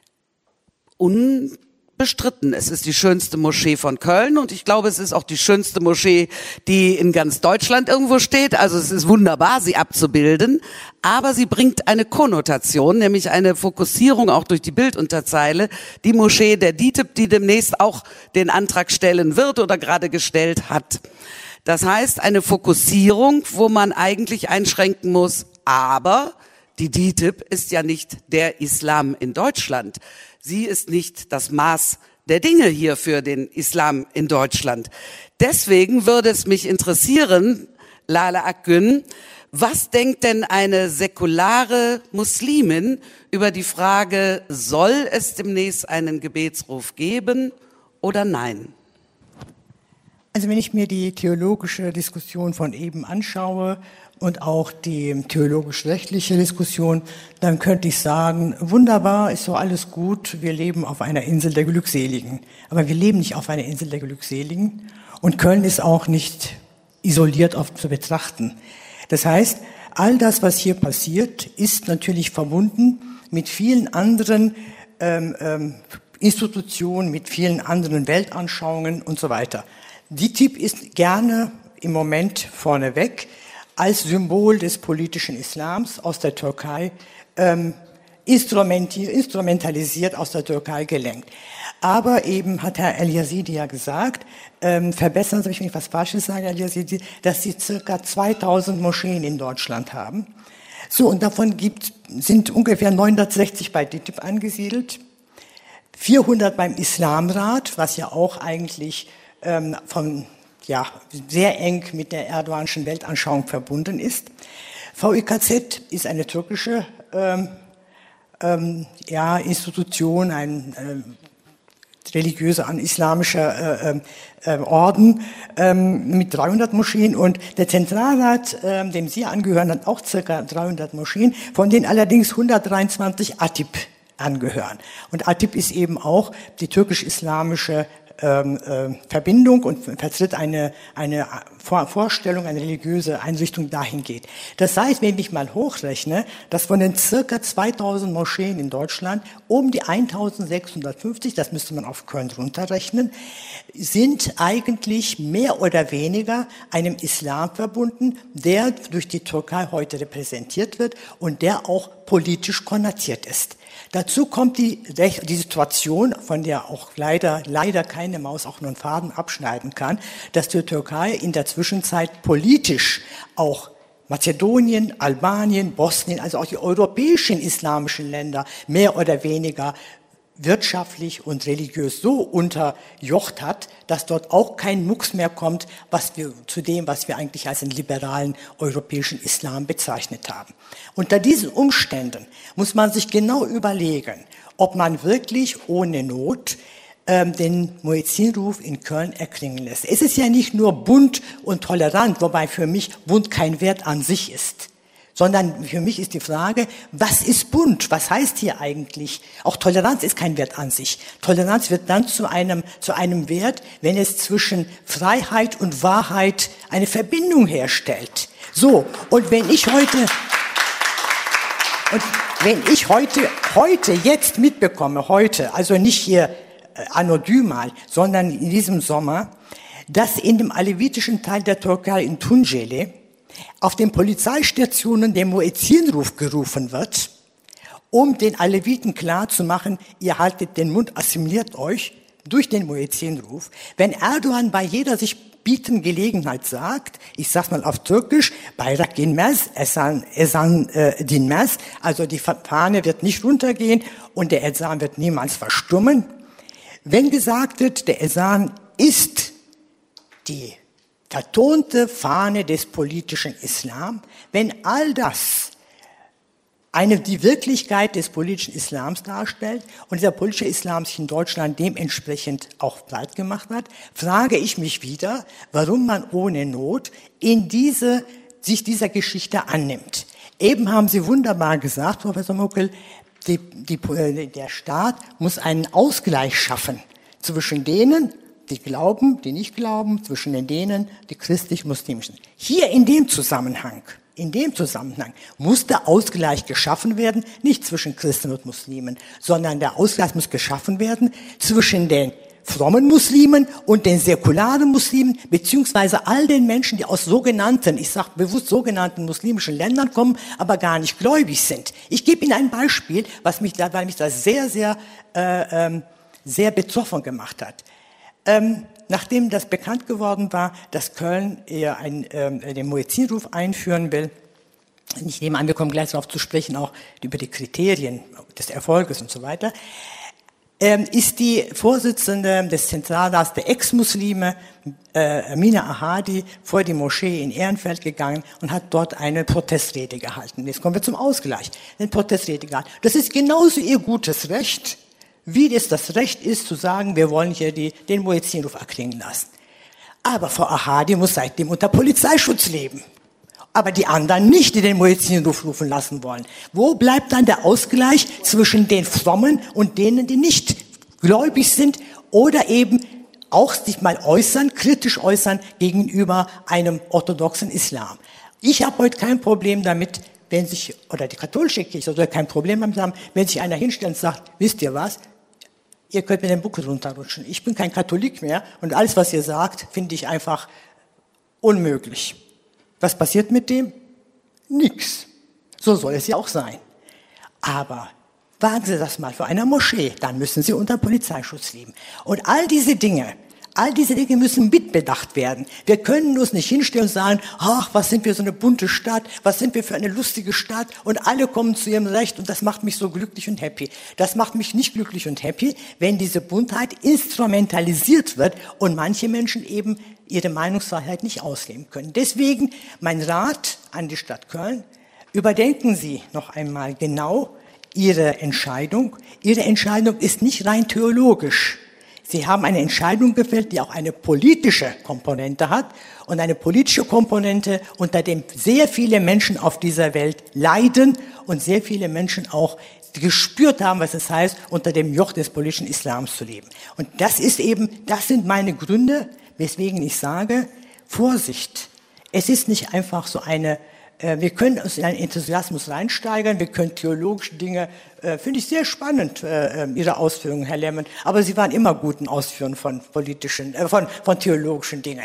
Unbestritten, es ist die schönste Moschee von Köln und ich glaube, es ist auch die schönste Moschee, die in ganz Deutschland irgendwo steht. Also es ist wunderbar, sie abzubilden, aber sie bringt eine Konnotation, nämlich eine Fokussierung auch durch die Bildunterzeile, die Moschee der DİTİB, die demnächst auch den Antrag stellen wird oder gerade gestellt hat. Das heißt, eine Fokussierung, wo man eigentlich einschränken muss, aber die DİTİB ist ja nicht der Islam in Deutschland. Sie ist nicht das Maß der Dinge hier für den Islam in Deutschland. Deswegen würde es mich interessieren, Lale Akgün, was denkt denn eine säkulare Muslimin über die Frage, soll es demnächst einen Gebetsruf geben oder nein? Also wenn ich mir die theologische Diskussion von eben anschaue und auch die theologisch-rechtliche Diskussion, dann könnte ich sagen, wunderbar, ist so alles gut, wir leben auf einer Insel der Glückseligen. Aber wir leben nicht auf einer Insel der Glückseligen und Köln ist auch nicht isoliert zu betrachten. Das heißt, all das, was hier passiert, ist natürlich verbunden mit vielen anderen Institutionen, mit vielen anderen Weltanschauungen und so weiter. DİTİB ist gerne im Moment vorneweg als Symbol des politischen Islams aus der Türkei instrumentalisiert aus der Türkei gelenkt. Aber eben hat Herr El-Yazidi ja gesagt, verbessern Sie mich, wenn ich was Falsches sage, Herr El-Yazidi, dass Sie circa 2000 Moscheen in Deutschland haben. So, und davon sind ungefähr 960 bei DİTİB angesiedelt, 400 beim Islamrat, was ja auch eigentlich sehr eng mit der erdoganischen Weltanschauung verbunden ist. VÜKZ ist eine türkische Institution, ein religiöser, ein islamischer Orden mit 300 Moscheen und der Zentralrat, dem Sie angehören, hat auch circa 300 Moscheen, von denen allerdings 123 ATİB angehören. Und ATİB ist eben auch die türkisch-islamische Verbindung und vertritt eine Vorstellung, eine religiöse Einrichtung dahin geht. Das heißt, wenn ich mal hochrechne, dass von den circa 2000 Moscheen in Deutschland um die 1650, das müsste man auf Köln runterrechnen, sind eigentlich mehr oder weniger einem Islam verbunden, der durch die Türkei heute repräsentiert wird und der auch politisch konnotiert ist. Dazu kommt die Situation, von der auch leider keine Maus auch nur einen Faden abschneiden kann, dass die Türkei in der Zwischenzeit politisch auch Mazedonien, Albanien, Bosnien, also auch die europäischen islamischen Länder mehr oder weniger wirtschaftlich und religiös so unterjocht hat, dass dort auch kein Mucks mehr kommt, zu dem, was wir eigentlich als einen liberalen europäischen Islam bezeichnet haben. Unter diesen Umständen muss man sich genau überlegen, ob man wirklich ohne Not den Muezzinruf in Köln erklingen lässt. Es ist ja nicht nur bunt und tolerant, wobei für mich bunt kein Wert an sich ist. Sondern für mich ist die Frage, was ist bunt? Was heißt hier eigentlich? Auch Toleranz ist kein Wert an sich. Toleranz wird dann zu einem Wert, wenn es zwischen Freiheit und Wahrheit eine Verbindung herstellt. So, und wenn ich heute jetzt mitbekomme, also nicht hier anodymal, sondern in diesem Sommer, dass in dem alevitischen Teil der Türkei in Tunceli auf den Polizeistationen der Muezzinruf gerufen wird, um den Aleviten klarzumachen, ihr haltet den Mund, assimiliert euch durch den Muezzinruf. Wenn Erdogan bei jeder sich bietenden Gelegenheit sagt, ich sag's mal auf Türkisch, Bayrak inmez, Ezan dinmez, also die Fahne wird nicht runtergehen und der Ezan wird niemals verstummen. Wenn gesagt wird, der Ezan ist die vertonte Fahne des politischen Islam, wenn all das die Wirklichkeit des politischen Islams darstellt und dieser politische Islam sich in Deutschland dementsprechend auch breit gemacht hat, frage ich mich wieder, warum man ohne Not sich dieser Geschichte annimmt. Eben haben Sie wunderbar gesagt, Professor Muckel, der Staat muss einen Ausgleich schaffen zwischen denen, die glauben, die nicht glauben, zwischen denen, die christlich-muslimisch sind. Hier in dem Zusammenhang muss der Ausgleich geschaffen werden, nicht zwischen Christen und Muslimen, sondern der Ausgleich muss geschaffen werden zwischen den frommen Muslimen und den säkularen Muslimen, beziehungsweise all den Menschen, die aus sogenannten, ich sage bewusst sogenannten muslimischen Ländern kommen, aber gar nicht gläubig sind. Ich gebe Ihnen ein Beispiel, weil mich das sehr betroffen gemacht hat. Nachdem das bekannt geworden war, dass Köln den Muezzinruf einführen will, ich nehme an, wir kommen gleich darauf zu sprechen, auch über die Kriterien des Erfolges und so weiter, ist die Vorsitzende des Zentralrats der Ex-Muslime, Mina Ahadi, vor die Moschee in Ehrenfeld gegangen und hat dort eine Protestrede gehalten. Jetzt kommen wir zum Ausgleich. Eine Protestrede gehalten. Das ist genauso ihr gutes Recht, wie es das Recht ist, zu sagen, wir wollen hier den Muezzinruf erklingen lassen. Aber Frau Ahadi muss seitdem unter Polizeischutz leben. Aber die anderen nicht, die den Muezzinruf rufen lassen wollen. Wo bleibt dann der Ausgleich zwischen den Frommen und denen, die nicht gläubig sind oder eben auch sich mal kritisch äußern gegenüber einem orthodoxen Islam? Ich habe heute kein Problem damit, oder die katholische Kirche soll kein Problem damit haben, wenn sich einer hinstellt und sagt, wisst ihr was, ihr könnt mir den Buckel runterrutschen. Ich bin kein Katholik mehr und alles, was ihr sagt, finde ich einfach unmöglich. Was passiert mit dem? Nix. So soll es ja auch sein. Aber wagen Sie das mal für eine Moschee, dann müssen Sie unter Polizeischutz leben. Und all diese Dinge müssen mitbedacht werden. Wir können uns nicht hinstellen und sagen, ach, was sind wir so eine bunte Stadt, was sind wir für eine lustige Stadt und alle kommen zu ihrem Recht und das macht mich so glücklich und happy. Das macht mich nicht glücklich und happy, wenn diese Buntheit instrumentalisiert wird und manche Menschen eben ihre Meinungsfreiheit nicht ausleben können. Deswegen mein Rat an die Stadt Köln, überdenken Sie noch einmal genau Ihre Entscheidung. Ihre Entscheidung ist nicht rein theologisch. Sie haben eine Entscheidung gefällt, die auch eine politische Komponente hat und eine politische Komponente, unter dem sehr viele Menschen auf dieser Welt leiden und sehr viele Menschen auch gespürt haben, was es heißt, unter dem Joch des politischen Islams zu leben. Und das sind meine Gründe, weswegen ich sage, Vorsicht. Es ist nicht einfach so wir können uns in einen Enthusiasmus reinsteigern, wir können theologische Dinge, finde ich sehr spannend, Ihre Ausführungen, Herr Lemmen, aber Sie waren immer gut in Ausführen von theologischen Dingen.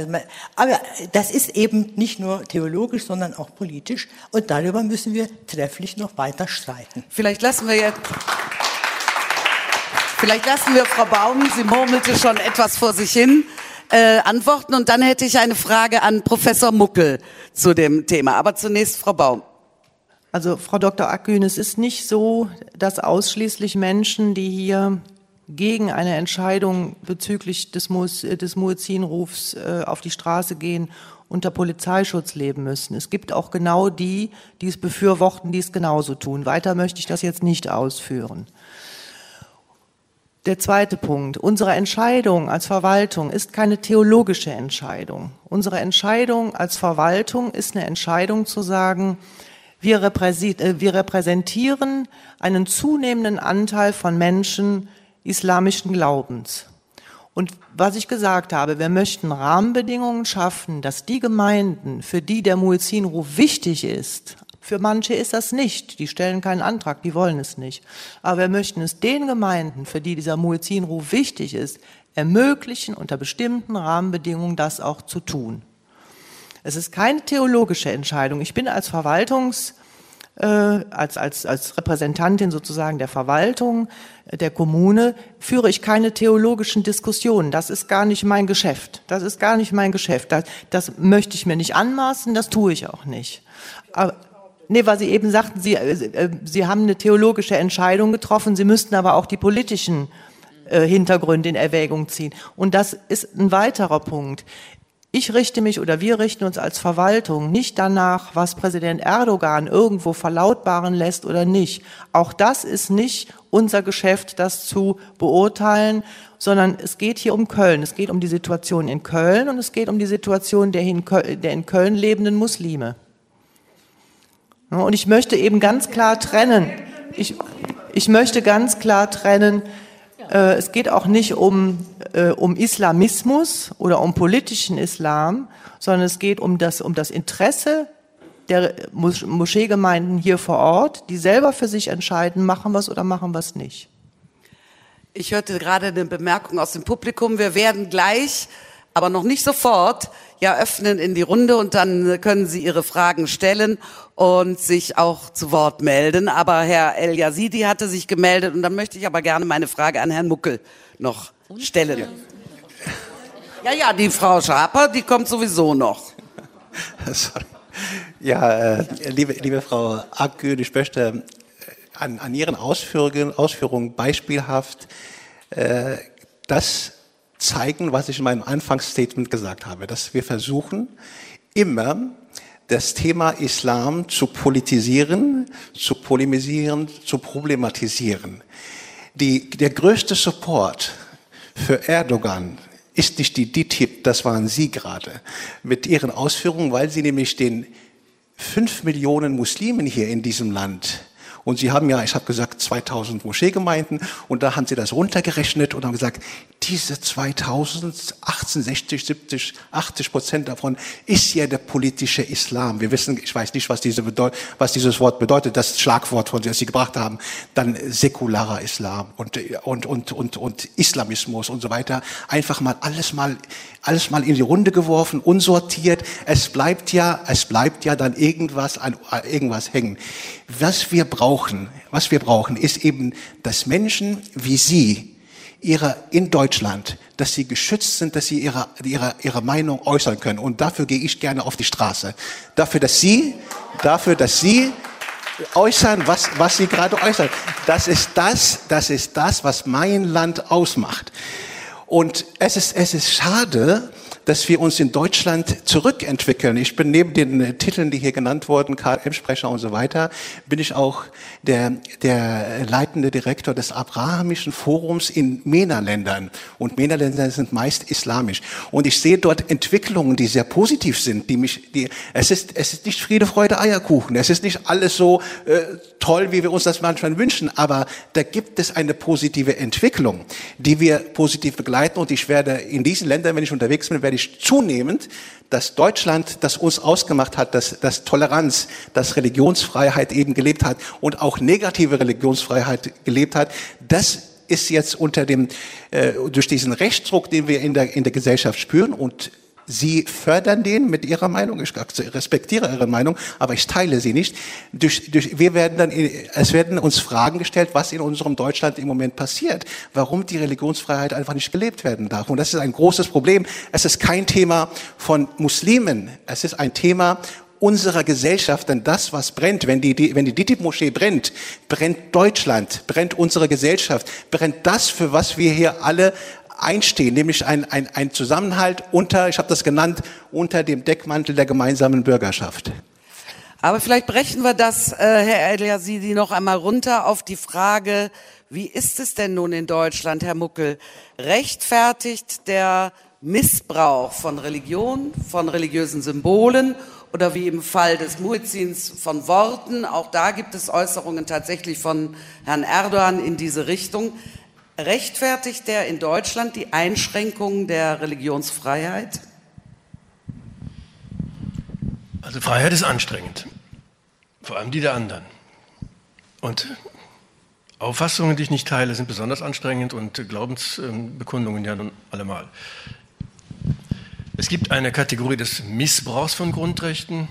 Aber das ist eben nicht nur theologisch, sondern auch politisch und darüber müssen wir trefflich noch weiter streiten. Vielleicht lassen wir Frau Baum, sie murmelte schon etwas vor sich hin, antworten und dann hätte ich eine Frage an Professor Muckel zu dem Thema. Aber zunächst Frau Baum. Also Frau Dr. Akgün, es ist nicht so, dass ausschließlich Menschen, die hier gegen eine Entscheidung bezüglich des Muezzinrufs auf die Straße gehen, unter Polizeischutz leben müssen. Es gibt auch genau die es befürworten, die es genauso tun. Weiter möchte ich das jetzt nicht ausführen. Der zweite Punkt. Unsere Entscheidung als Verwaltung ist keine theologische Entscheidung. Unsere Entscheidung als Verwaltung ist eine Entscheidung zu sagen, wir repräsentieren einen zunehmenden Anteil von Menschen islamischen Glaubens. Und was ich gesagt habe, wir möchten Rahmenbedingungen schaffen, dass die Gemeinden, für die der Muezzinruf wichtig ist, Für manche ist das nicht. Die stellen keinen Antrag, die wollen es nicht. Aber wir möchten es den Gemeinden, für die dieser Muezzinruf wichtig ist, ermöglichen, unter bestimmten Rahmenbedingungen das auch zu tun. Es ist keine theologische Entscheidung. Ich bin als als Repräsentantin sozusagen der Verwaltung, der Kommune, führe ich keine theologischen Diskussionen. Das ist gar nicht mein Geschäft. Das ist gar nicht mein Geschäft. Das möchte ich mir nicht anmaßen, das tue ich auch nicht. Aber, nee, weil Sie eben sagten, Sie haben eine theologische Entscheidung getroffen, Sie müssten aber auch die politischen Hintergründe in Erwägung ziehen. Und das ist ein weiterer Punkt. Ich richte mich oder wir richten uns als Verwaltung nicht danach, was Präsident Erdogan irgendwo verlautbaren lässt oder nicht. Auch das ist nicht unser Geschäft, das zu beurteilen, sondern es geht hier um Köln. Es geht um die Situation in Köln und es geht um die Situation der in Köln lebenden Muslime. Und ich möchte eben ganz klar trennen. Ich möchte ganz klar trennen, es geht auch nicht um Islamismus oder um politischen Islam, sondern es geht um das Interesse der Moscheegemeinden hier vor Ort, die selber für sich entscheiden, machen wir es oder machen wir es nicht. Ich hörte gerade eine Bemerkung aus dem Publikum. Wir werden gleich, aber noch nicht sofort, öffnen in die Runde und dann können Sie Ihre Fragen stellen und sich auch zu Wort melden. Aber Herr El-Yazidi hatte sich gemeldet und dann möchte ich aber gerne meine Frage an Herrn Muckel noch stellen. Ja, die Frau Schaper, die kommt sowieso noch. Sorry. Ja, liebe Frau Akgül, ich möchte an Ihren Ausführungen beispielhaft das zeigen, was ich in meinem Anfangsstatement gesagt habe, dass wir versuchen, immer das Thema Islam zu politisieren, zu polemisieren, zu problematisieren. Der größte Support für Erdogan ist nicht die DİTİB, das waren Sie gerade, mit Ihren Ausführungen, weil Sie nämlich den 5 Millionen Muslimen hier in diesem Land, und Sie haben ich habe gesagt 2000 Moscheegemeinden, und da haben Sie das runtergerechnet und haben gesagt, diese 2000, 60, 70, 80% davon ist ja der politische Islam. Wir wissen, ich weiß nicht, was dieses Wort bedeutet, das Schlagwort, das Sie gebracht haben, dann säkularer Islam und Islamismus und so weiter. Einfach mal alles mal in die Runde geworfen, unsortiert. Es bleibt ja dann irgendwas hängen. Was wir brauchen, ist eben, dass Menschen wie Sie in Deutschland, dass sie geschützt sind, dass sie ihre Meinung äußern können. Und dafür gehe ich gerne auf die Straße. Dafür, dass Sie äußern, was Sie gerade äußern. Das ist das, was mein Land ausmacht. Und es ist schade, dass wir uns in Deutschland zurückentwickeln. Ich bin neben den Titeln, die hier genannt wurden, KM-Sprecher und so weiter, bin ich auch der leitende Direktor des Abrahamischen Forums in MENA-Ländern. Und MENA-Länder sind meist islamisch. Und ich sehe dort Entwicklungen, die sehr positiv sind. Es ist nicht Friede, Freude, Eierkuchen. Es ist nicht alles so toll, wie wir uns das manchmal wünschen. Aber da gibt es eine positive Entwicklung, die wir positiv begleiten. Und ich werde in diesen Ländern, wenn ich unterwegs bin, werde ich zunehmend, dass Deutschland, das uns ausgemacht hat, dass Toleranz, dass Religionsfreiheit eben gelebt hat und auch negative Religionsfreiheit gelebt hat, das ist jetzt durch diesen Rechtsdruck, den wir in der Gesellschaft spüren, und Sie fördern den mit Ihrer Meinung. Ich respektiere Ihre Meinung, aber ich teile sie nicht. Es werden uns Fragen gestellt, was in unserem Deutschland im Moment passiert, warum die Religionsfreiheit einfach nicht gelebt werden darf. Und das ist ein großes Problem. Es ist kein Thema von Muslimen. Es ist ein Thema unserer Gesellschaft, denn das, was brennt, wenn die DİTİB-Moschee brennt, brennt Deutschland, brennt unsere Gesellschaft, brennt das, für was wir hier alle einstehen, nämlich ein Zusammenhalt ich habe das genannt, unter dem Deckmantel der gemeinsamen Bürgerschaft. Aber vielleicht brechen wir das, Herr El-Yazidi, noch einmal runter auf die Frage, wie ist es denn nun in Deutschland, Herr Muckel? Rechtfertigt der Missbrauch von Religion, von religiösen Symbolen oder wie im Fall des Muezzins von Worten, auch da gibt es Äußerungen tatsächlich von Herrn Erdogan in diese Richtung, rechtfertigt der in Deutschland die Einschränkung der Religionsfreiheit? Also Freiheit ist anstrengend. vor allem die der anderen. Und Auffassungen, die ich nicht teile, sind besonders anstrengend und Glaubensbekundungen ja nun allemal. Es gibt eine Kategorie des Missbrauchs von Grundrechten.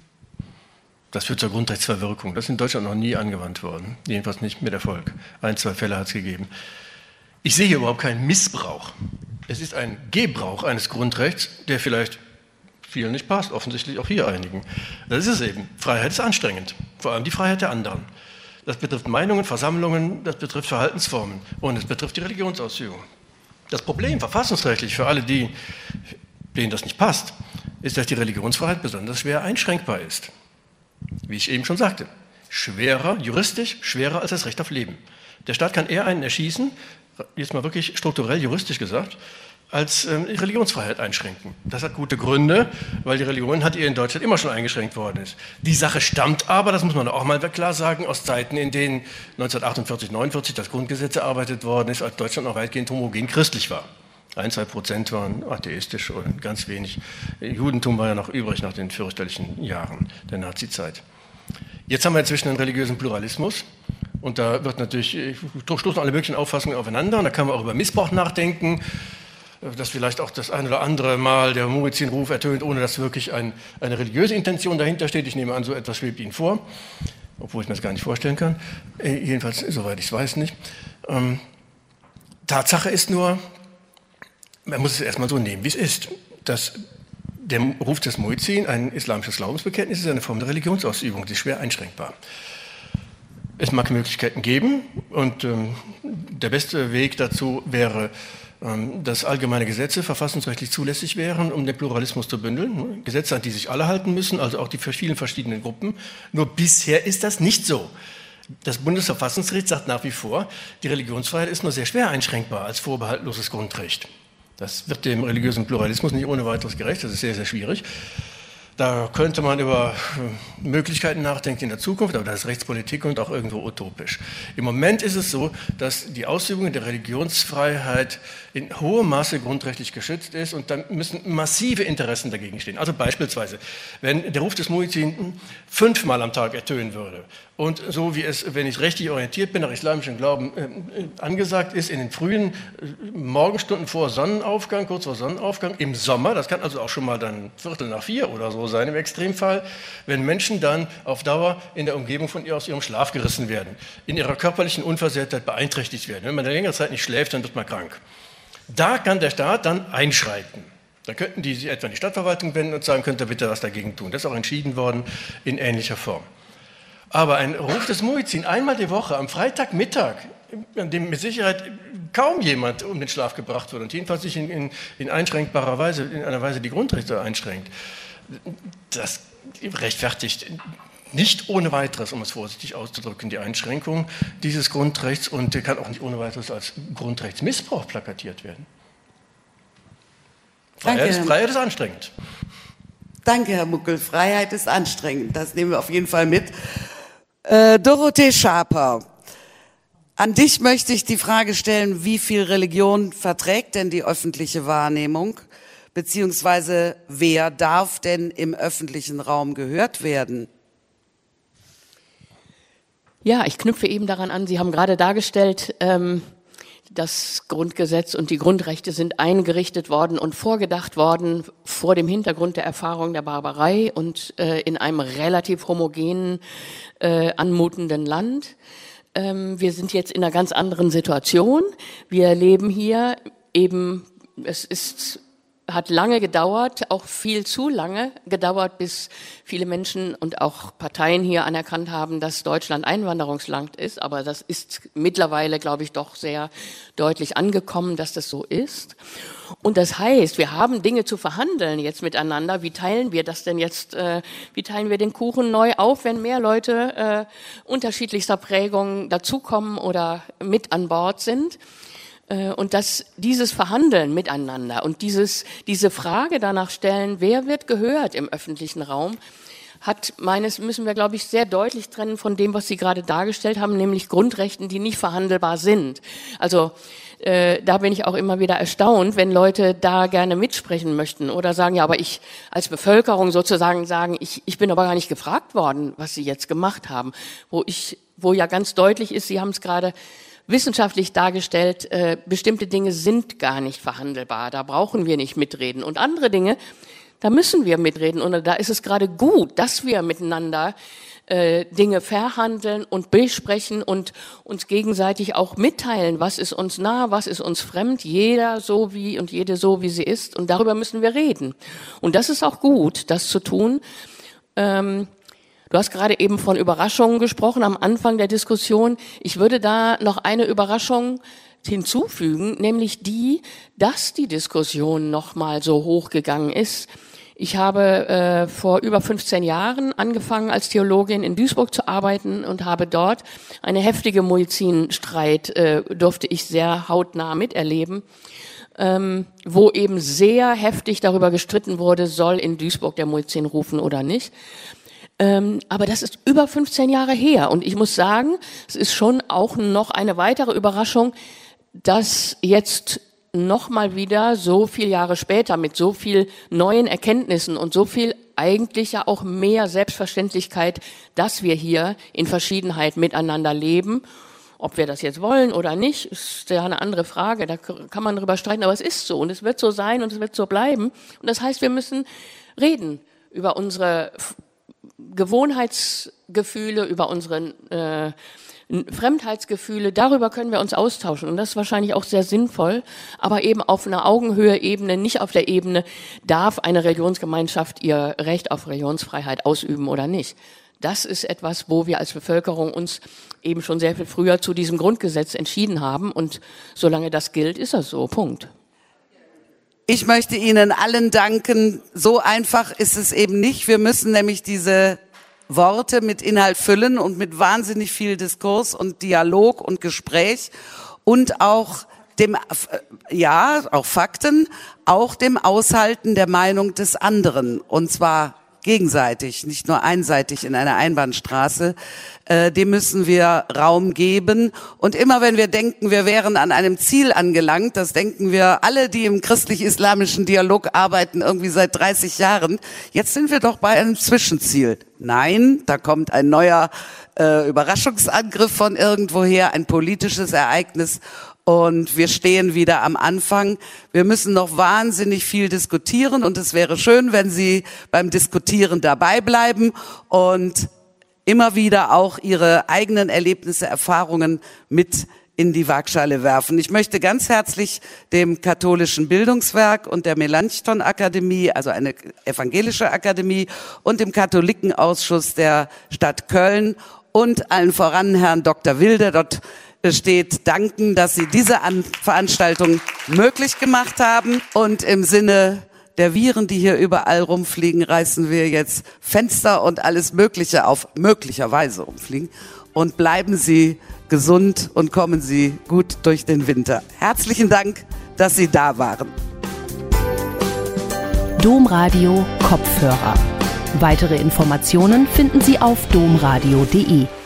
Das führt zur Grundrechtsverwirkung. Das ist in Deutschland noch nie angewandt worden, jedenfalls nicht mit Erfolg. 1, 2 Fälle hat es gegeben. Ich sehe hier überhaupt keinen Missbrauch. Es ist ein Gebrauch eines Grundrechts, der vielleicht vielen nicht passt, offensichtlich auch hier einigen. Das ist es eben. Freiheit ist anstrengend, vor allem die Freiheit der anderen. Das betrifft Meinungen, Versammlungen, das betrifft Verhaltensformen und es betrifft die Religionsausübung. Das Problem verfassungsrechtlich für alle, denen das nicht passt, ist, dass die Religionsfreiheit besonders schwer einschränkbar ist. Wie ich eben schon sagte, juristisch schwerer als das Recht auf Leben. Der Staat kann eher einen erschießen, jetzt mal wirklich strukturell, juristisch gesagt, als Religionsfreiheit einschränken. Das hat gute Gründe, weil die Religion hat in Deutschland immer schon eingeschränkt worden ist. Die Sache stammt aber, das muss man auch mal klar sagen, aus Zeiten, in denen 1948, 49 das Grundgesetz erarbeitet worden ist, als Deutschland noch weitgehend homogen christlich war. 1-2% waren atheistisch und ganz wenig. Judentum war ja noch übrig nach den fürchterlichen Jahren der Nazizeit. Jetzt haben wir inzwischen einen religiösen Pluralismus. Und da wird natürlich, stoßen alle möglichen Auffassungen aufeinander. Und da kann man auch über Missbrauch nachdenken, dass vielleicht auch das ein oder andere Mal der Muezzinruf ertönt, ohne dass wirklich eine religiöse Intention dahinter steht. Ich nehme an, so etwas schwebt Ihnen vor, obwohl ich mir das gar nicht vorstellen kann. Jedenfalls, soweit ich es weiß, nicht. Tatsache ist nur, man muss es erstmal so nehmen, wie es ist, dass der Ruf des Muezzin, ein islamisches Glaubensbekenntnis, ist eine Form der Religionsausübung, die ist schwer einschränkbar. Es mag Möglichkeiten geben und der beste Weg dazu wäre, dass allgemeine Gesetze verfassungsrechtlich zulässig wären, um den Pluralismus zu bündeln. Gesetze, an die sich alle halten müssen, also auch die vielen verschiedenen Gruppen. Nur bisher ist das nicht so. Das Bundesverfassungsgericht sagt nach wie vor, die Religionsfreiheit ist nur sehr schwer einschränkbar als vorbehaltloses Grundrecht. Das wird dem religiösen Pluralismus nicht ohne weiteres gerecht, das ist sehr, sehr schwierig. Da könnte man über Möglichkeiten nachdenken in der Zukunft, aber das ist Rechtspolitik und auch irgendwo utopisch. Im Moment ist es so, dass die Ausübung der Religionsfreiheit in hohem Maße grundrechtlich geschützt ist und dann müssen massive Interessen dagegen stehen. Also beispielsweise, wenn der Ruf des Muezzin 5-mal am Tag ertönen würde und so wie es, wenn ich richtig orientiert bin, nach islamischem Glauben angesagt ist, in den frühen Morgenstunden vor Sonnenaufgang, kurz vor Sonnenaufgang, im Sommer, das kann also auch schon mal dann 3:45 oder so sein im Extremfall, wenn Menschen dann auf Dauer in der Umgebung aus ihrem Schlaf gerissen werden, in ihrer körperlichen Unversehrtheit beeinträchtigt werden. Wenn man eine längere Zeit nicht schläft, dann wird man krank. Da kann der Staat dann einschreiten. Da könnten die sich etwa an die Stadtverwaltung wenden und sagen, könnt ihr bitte was dagegen tun. Das ist auch entschieden worden in ähnlicher Form. Aber ein Ruf des Muezzin einmal die Woche am Freitagmittag, an dem mit Sicherheit kaum jemand um den Schlaf gebracht wird und jedenfalls nicht in einschränkbarer Weise, in einer Weise die Grundrechte einschränkt, das rechtfertigt nicht ohne weiteres, um es vorsichtig auszudrücken, die Einschränkung dieses Grundrechts und kann auch nicht ohne weiteres als Grundrechtsmissbrauch plakatiert werden. Freiheit ist anstrengend. Danke, Herr Muckel. Freiheit ist anstrengend. Das nehmen wir auf jeden Fall mit. Dorothee Schaper, an dich möchte ich die Frage stellen, wie viel Religion verträgt denn die öffentliche Wahrnehmung? Beziehungsweise wer darf denn im öffentlichen Raum gehört werden? Ja, ich knüpfe eben daran an, Sie haben gerade dargestellt, das Grundgesetz und die Grundrechte sind eingerichtet worden und vorgedacht worden vor dem Hintergrund der Erfahrung der Barbarei und in einem relativ homogenen, anmutenden Land. Wir sind jetzt in einer ganz anderen Situation. Wir erleben hier eben, hat lange gedauert, auch viel zu lange gedauert, bis viele Menschen und auch Parteien hier anerkannt haben, dass Deutschland Einwanderungsland ist. Aber das ist mittlerweile, glaube ich, doch sehr deutlich angekommen, dass das so ist. Und das heißt, wir haben Dinge zu verhandeln jetzt miteinander. Wie teilen wir das denn jetzt? Wie teilen wir den Kuchen neu auf, wenn mehr Leute unterschiedlichster Prägung dazukommen oder mit an Bord sind? Und dass dieses Verhandeln miteinander und diese Frage danach stellen, wer wird gehört im öffentlichen Raum, müssen wir, glaube ich, sehr deutlich trennen von dem, was Sie gerade dargestellt haben, nämlich Grundrechten, die nicht verhandelbar sind. Also da bin ich auch immer wieder erstaunt, wenn Leute da gerne mitsprechen möchten oder sagen, ja, aber ich als Bevölkerung sozusagen sagen, ich bin aber gar nicht gefragt worden, was Sie jetzt gemacht haben. Wo ja ganz deutlich ist, Sie haben es gerade wissenschaftlich dargestellt, bestimmte Dinge sind gar nicht verhandelbar, da brauchen wir nicht mitreden. Und andere Dinge, da müssen wir mitreden. Und da ist es gerade gut, dass wir miteinander Dinge verhandeln und besprechen und uns gegenseitig auch mitteilen, was ist uns nah, was ist uns fremd, jeder so wie und jede so wie sie ist, und darüber müssen wir reden. Und das ist auch gut, das zu tun. Du hast gerade eben von Überraschungen gesprochen am Anfang der Diskussion. Ich würde da noch eine Überraschung hinzufügen, nämlich dass die Diskussion noch mal so hochgegangen ist. Ich habe vor über 15 Jahren angefangen, als Theologin in Duisburg zu arbeiten und habe dort eine heftige Muezzinstreit, durfte ich sehr hautnah miterleben, wo eben sehr heftig darüber gestritten wurde, soll in Duisburg der Muezzin rufen oder nicht. Aber das ist über 15 Jahre her, und ich muss sagen, es ist schon auch noch eine weitere Überraschung, dass jetzt noch mal wieder so viele Jahre später mit so viel neuen Erkenntnissen und so viel eigentlich ja auch mehr Selbstverständlichkeit, dass wir hier in Verschiedenheit miteinander leben. Ob wir das jetzt wollen oder nicht, ist ja eine andere Frage, da kann man drüber streiten, aber es ist so und es wird so sein und es wird so bleiben. Und das heißt, wir müssen reden über unsere Gewohnheitsgefühle, über unsere Fremdheitsgefühle, darüber können wir uns austauschen, und das ist wahrscheinlich auch sehr sinnvoll, aber eben auf einer Augenhöhe-Ebene, nicht auf der Ebene, darf eine Religionsgemeinschaft ihr Recht auf Religionsfreiheit ausüben oder nicht. Das ist etwas, wo wir als Bevölkerung uns eben schon sehr viel früher zu diesem Grundgesetz entschieden haben, und solange das gilt, ist das so, Punkt. Ich möchte Ihnen allen danken. So einfach ist es eben nicht. Wir müssen nämlich diese Worte mit Inhalt füllen und mit wahnsinnig viel Diskurs und Dialog und Gespräch und auch auch Fakten, auch dem Aushalten der Meinung des anderen, und zwar gegenseitig, nicht nur einseitig in einer Einbahnstraße. Dem müssen wir Raum geben. Und immer wenn wir denken, wir wären an einem Ziel angelangt, das denken wir alle, die im christlich-islamischen Dialog arbeiten, irgendwie seit 30 Jahren, jetzt sind wir doch bei einem Zwischenziel. Nein, da kommt ein neuer Überraschungsangriff von irgendwoher, ein politisches Ereignis. Und wir stehen wieder am Anfang. Wir müssen noch wahnsinnig viel diskutieren, und es wäre schön, wenn Sie beim Diskutieren dabei bleiben und immer wieder auch Ihre eigenen Erlebnisse, Erfahrungen mit in die Waagschale werfen. Ich möchte ganz herzlich dem Katholischen Bildungswerk und der Melanchthon Akademie, also eine evangelische Akademie, und dem Katholikenausschuss der Stadt Köln und allen voran Herrn Dr. Wilde dort steht, danken, dass Sie diese Veranstaltung möglich gemacht haben. Und im Sinne der Viren, die hier überall rumfliegen, reißen wir jetzt Fenster und alles Mögliche auf, möglicherweise rumfliegen. Und bleiben Sie gesund und kommen Sie gut durch den Winter. Herzlichen Dank, dass Sie da waren. Domradio Kopfhörer. Weitere Informationen finden Sie auf domradio.de.